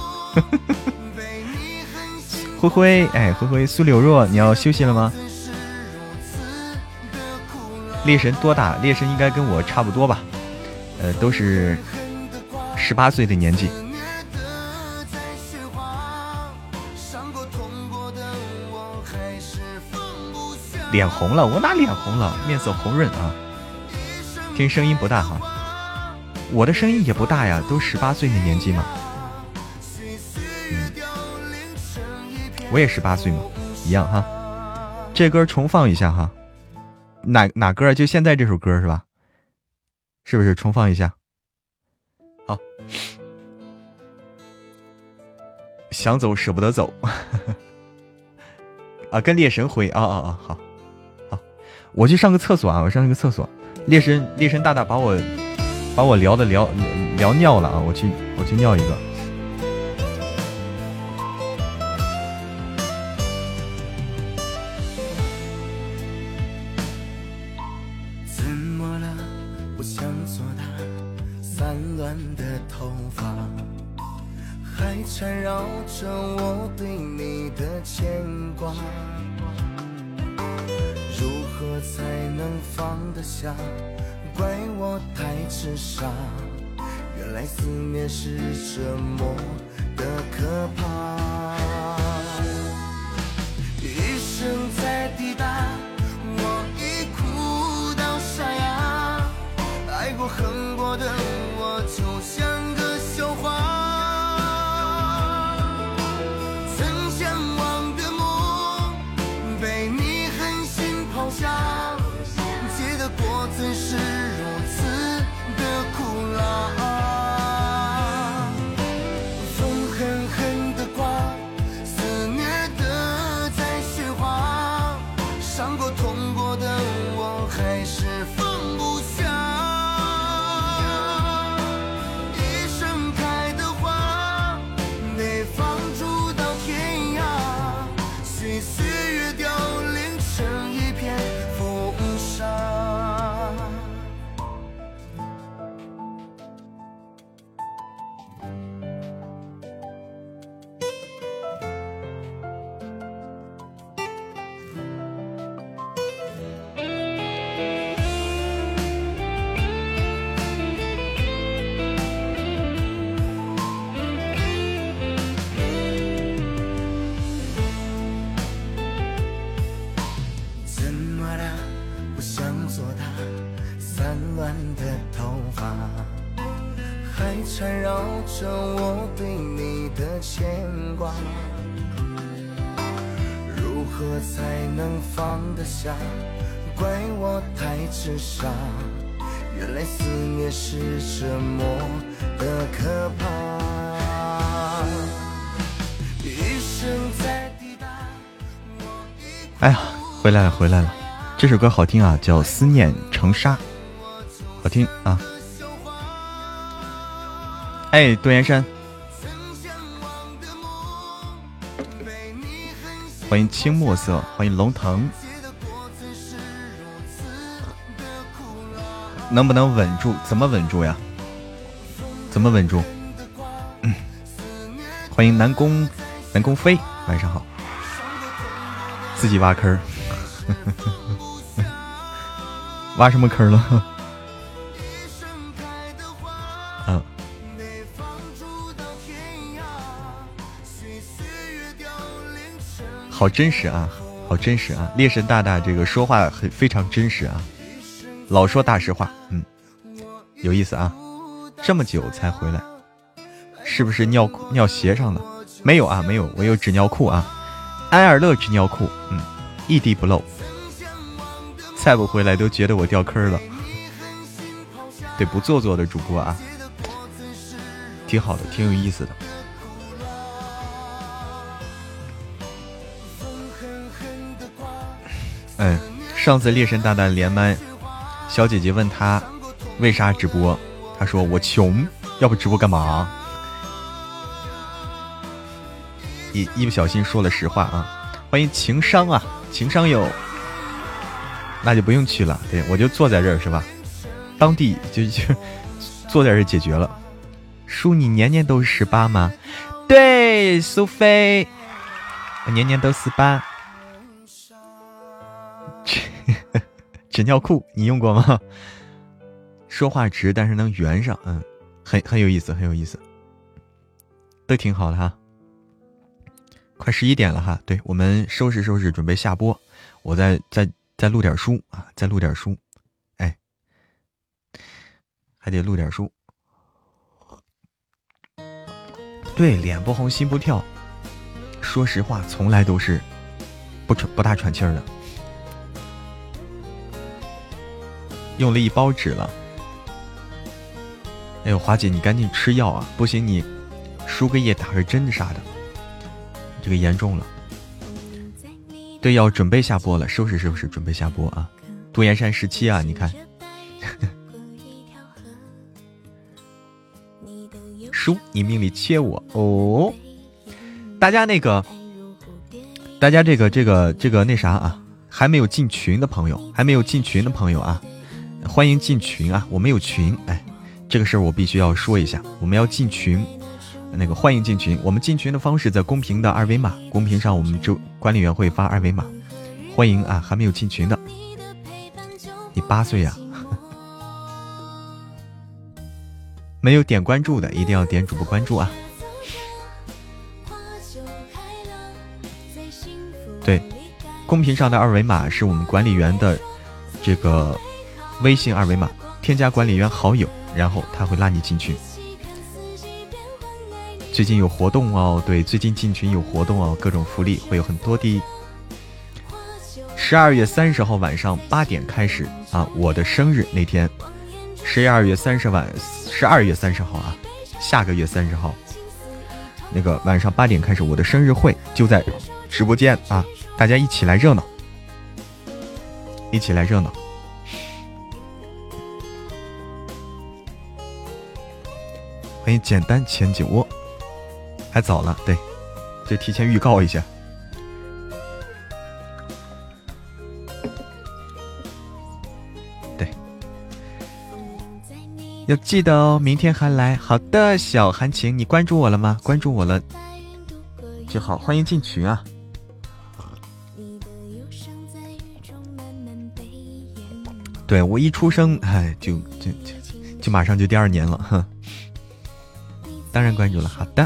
灰灰，哎，灰灰，苏柳若，你要休息了吗？猎神多大？猎神应该跟我差不多吧，呃，都是十八岁的年纪。 脸红了，我哪脸红了？面色红润啊。听声音不大哈，我的声音也不大呀，都十八岁的年纪嘛。嗯，我也十八岁嘛，一样哈。这歌重放一下哈，哪哪歌？就现在这首歌是吧？是不是重放一下？好，想走舍不得走啊，跟猎神回啊啊啊！好，好，我去上个厕所啊，我上个厕所。猎神猎神大大把我把我聊的聊聊尿了啊！我去我去尿一个。 怎么了？不想做他散乱的头发，还缠绕着我对你的牵挂。如何才能放得下？怪我太痴傻，原来思念是这么的可怕。一生在抵达，我已哭到沙哑。爱过恨过的我，就像个笑话。曾向往的梦，被你狠心抛下。结的果怎是如此的苦辣？风狠狠地刮，肆虐的在喧哗，伤过痛过的我还是放不下。一盛开的花被放逐到天涯，随岁月凋零成一片风沙。怎么了？不想做他散乱的头发，还缠绕着我对你的牵挂。如何才能放得下？怪我太痴傻，原来思念是这么的可怕。一生在抵达，我已哎呀，回来了回来了，这首歌好听啊，叫《思念成沙》，好听啊。哎，杜岩山，欢迎青墨色，欢迎龙腾，能不能稳住？怎么稳住呀？怎么稳住？嗯、欢迎南宫南宫飞，晚上好。自己挖坑挖什么坑了？嗯，好真实啊，好真实啊！猎神大大这个说话很非常真实啊，老说大实话，嗯，有意思啊。这么久才回来，是不是尿尿鞋上了？没有啊，没有，我有纸尿裤啊，安尔乐纸尿裤，嗯，一滴不漏。再不回来都觉得我掉坑了。对，不做作的主播啊，挺好的，挺有意思的。嗯，上次猎神大大连麦，小姐姐问他为啥直播，他说我穷，要不直播干嘛？一一不小心说了实话啊！欢迎情商啊，情商有，那就不用去了。对，我就坐在这儿是吧？当地就就坐在这儿解决了。叔，你年年都是十八吗？对，苏菲，我年年都十八。纸尿裤你用过吗？说话直，但是能圆上，嗯，很很有意思，很有意思，都挺好的哈。快十一点了哈，对，我们收拾收拾，准备下播。我再再再录点书啊，再录点书，哎，还得录点书。对，脸不红心不跳，说实话，从来都是不喘不大喘气儿的。用了一包纸了。哎呦，华姐，你赶紧吃药啊！不行，你输个液打个针啥的，这个严重了。对，要准备下播了，收拾收拾，准备下播啊！杜岩山十七啊，你看，叔，你命里切我哦！大家那个，大家这个这个这个那啥啊，还没有进群的朋友，还没有进群的朋友啊，欢迎进群啊！我们有群，哎。这个事儿我必须要说一下，我们要进群，那个欢迎进群。我们进群的方式在公屏的二维码，公屏上我们就管理员会发二维码，欢迎啊！还没有进群的，你八岁呀、啊？没有点关注的一定要点主播关注啊！对，公屏上的二维码是我们管理员的这个微信二维码，添加管理员好友。然后他会拉你进群。最近有活动哦，对，最近进群有活动哦，各种福利会有很多的。十二月三十号晚上八点开始啊，我的生日那天，十二月三十晚，十二月三十号啊，下个月三十号，那个晚上八点开始，我的生日会就在直播间啊，大家一起来热闹，一起来热闹。欢迎简单前酒窝，还早了，对，就提前预告一下。对，要记得哦，明天还来。好的，小韩晴，你关注我了吗？关注我了就好，欢迎进群啊。对，我一出生，哎，就就就就马上就第二年了，哼。当然关注了，好的。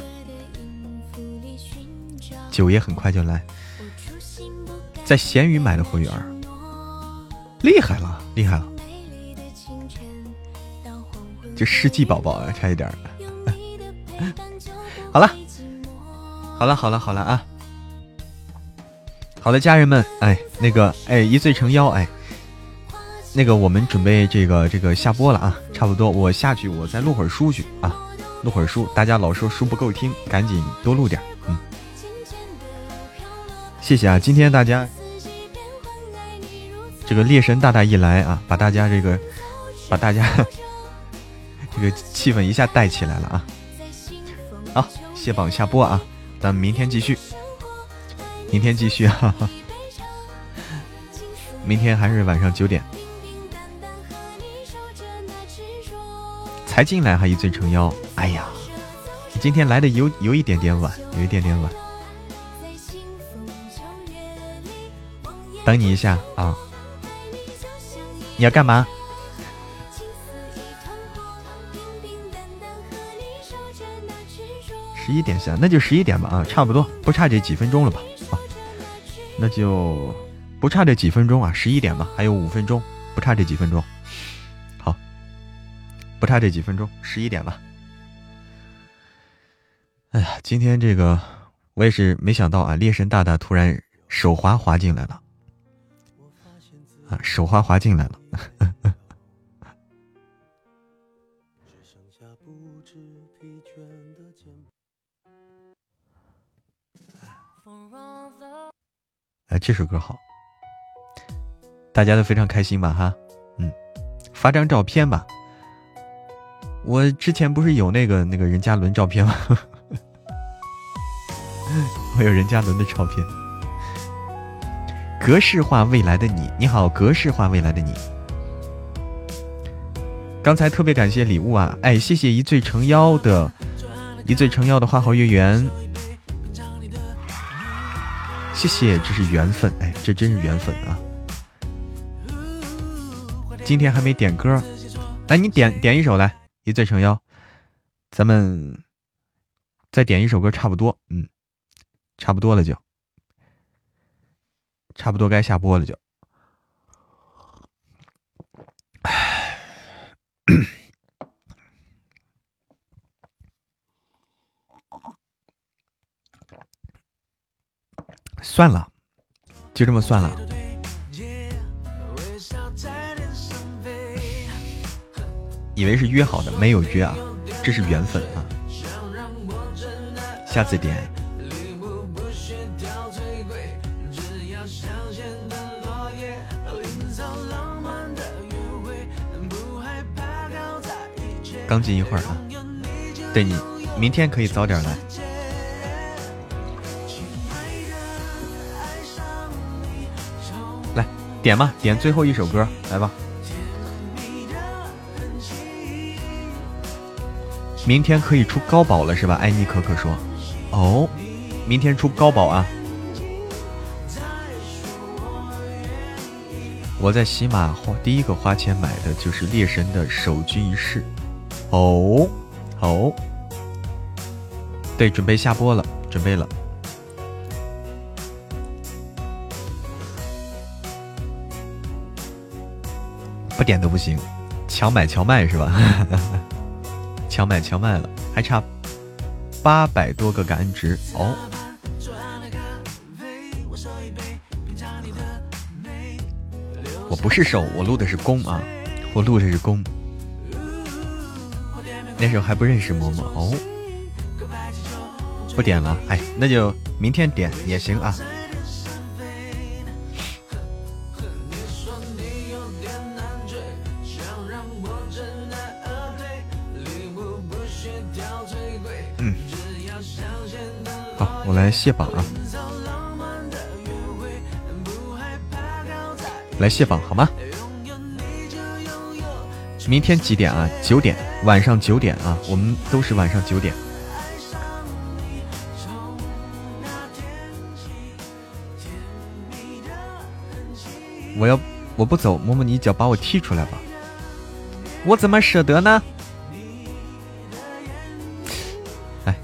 九爷很快就来，在闲鱼买的会员，厉害了，厉害了！这世纪宝宝啊，差一点。好了，好了，好了，好了啊！好的，家人们，哎，那个，哎，一醉成妖，哎，那个我们准备这个这个下播了啊，差不多，我下去，我再录会儿书去啊。录会儿书，大家老说书不够听，赶紧多录点。嗯，谢谢啊！今天大家这个猎神大大一来啊，把大家这个把大家这个气氛一下带起来了啊！好，卸榜下播啊，咱们明天继续，明天继续啊！明天还是晚上九点。才进来还一醉成妖，哎呀，你今天来的有有一点点晚，有一点点晚。等你一下啊！你要干嘛？十一点下，那就十一点吧啊，差不多，不差这几分钟了吧？啊，那就不差这几分钟啊，十一点吧，还有五分钟，不差这几分钟。不差这几分钟，十一点吧。哎呀，今天这个我也是没想到啊，猎神大大突然手滑滑进来了，啊，手滑滑进来了。哎，这首歌好，大家都非常开心吧？哈，嗯，发张照片吧。我之前不是有那个那个任嘉伦照片吗？我有任嘉伦的照片。格式化未来的你，你好，格式化未来的你。刚才特别感谢礼物啊，哎，谢谢一醉成妖的，一醉成妖的花好月圆，谢谢，这是缘分，哎，这真是缘分啊！今天还没点歌，来，你点点一首来。一醉成妖，咱们再点一首歌，差不多，嗯，差不多了就，差不多该下播了就。 算了，就这么算了。以为是约好的，没有约啊，这是缘分啊。下次点。刚进一会儿啊，对你明天可以早点来。来点吧，点最后一首歌，来吧。明天可以出高保了是吧？艾妮可可说，哦，明天出高保啊。我在喜马花第一个花钱买的就是猎神的首居一世。哦哦，对，准备下播了，准备了。不点都不行，强买强卖是吧？强买强卖了，还差八百多个感恩值哦。我不是受，我录的是攻啊，我录的是攻。那时候还不认识嬷嬷哦，不点了，哎，那就明天点也行啊。嗯，好，我来卸榜啊，来卸榜好吗？明天几点啊？九点，晚上九点啊，我们都是晚上九点。我要我不走，摸摸你一脚把我踢出来吧，我怎么舍得呢？来，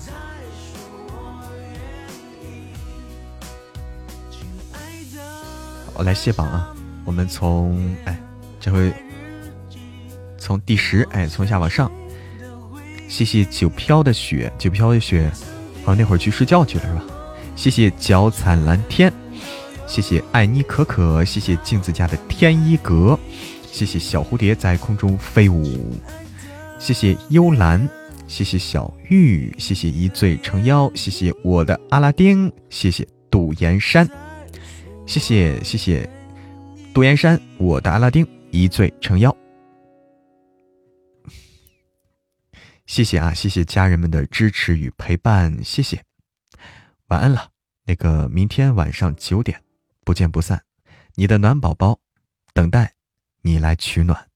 我来卸榜啊，我们从哎这回。从第十，哎，从下往上，谢谢九飘的雪，九飘的雪，哦，那会儿去睡觉去了是吧？谢谢脚惨蓝天，谢谢艾妮可可，谢谢镜子家的天一阁，谢谢小蝴蝶在空中飞舞，谢谢幽兰，谢谢小玉，谢谢一醉成妖，谢谢我的阿拉丁，谢谢杜岩山，谢谢谢谢杜岩山，我的阿拉丁一醉成妖。谢谢啊，谢谢家人们的支持与陪伴，谢谢，晚安了。那个明天晚上九点不见不散，你的暖宝宝等待你来取暖。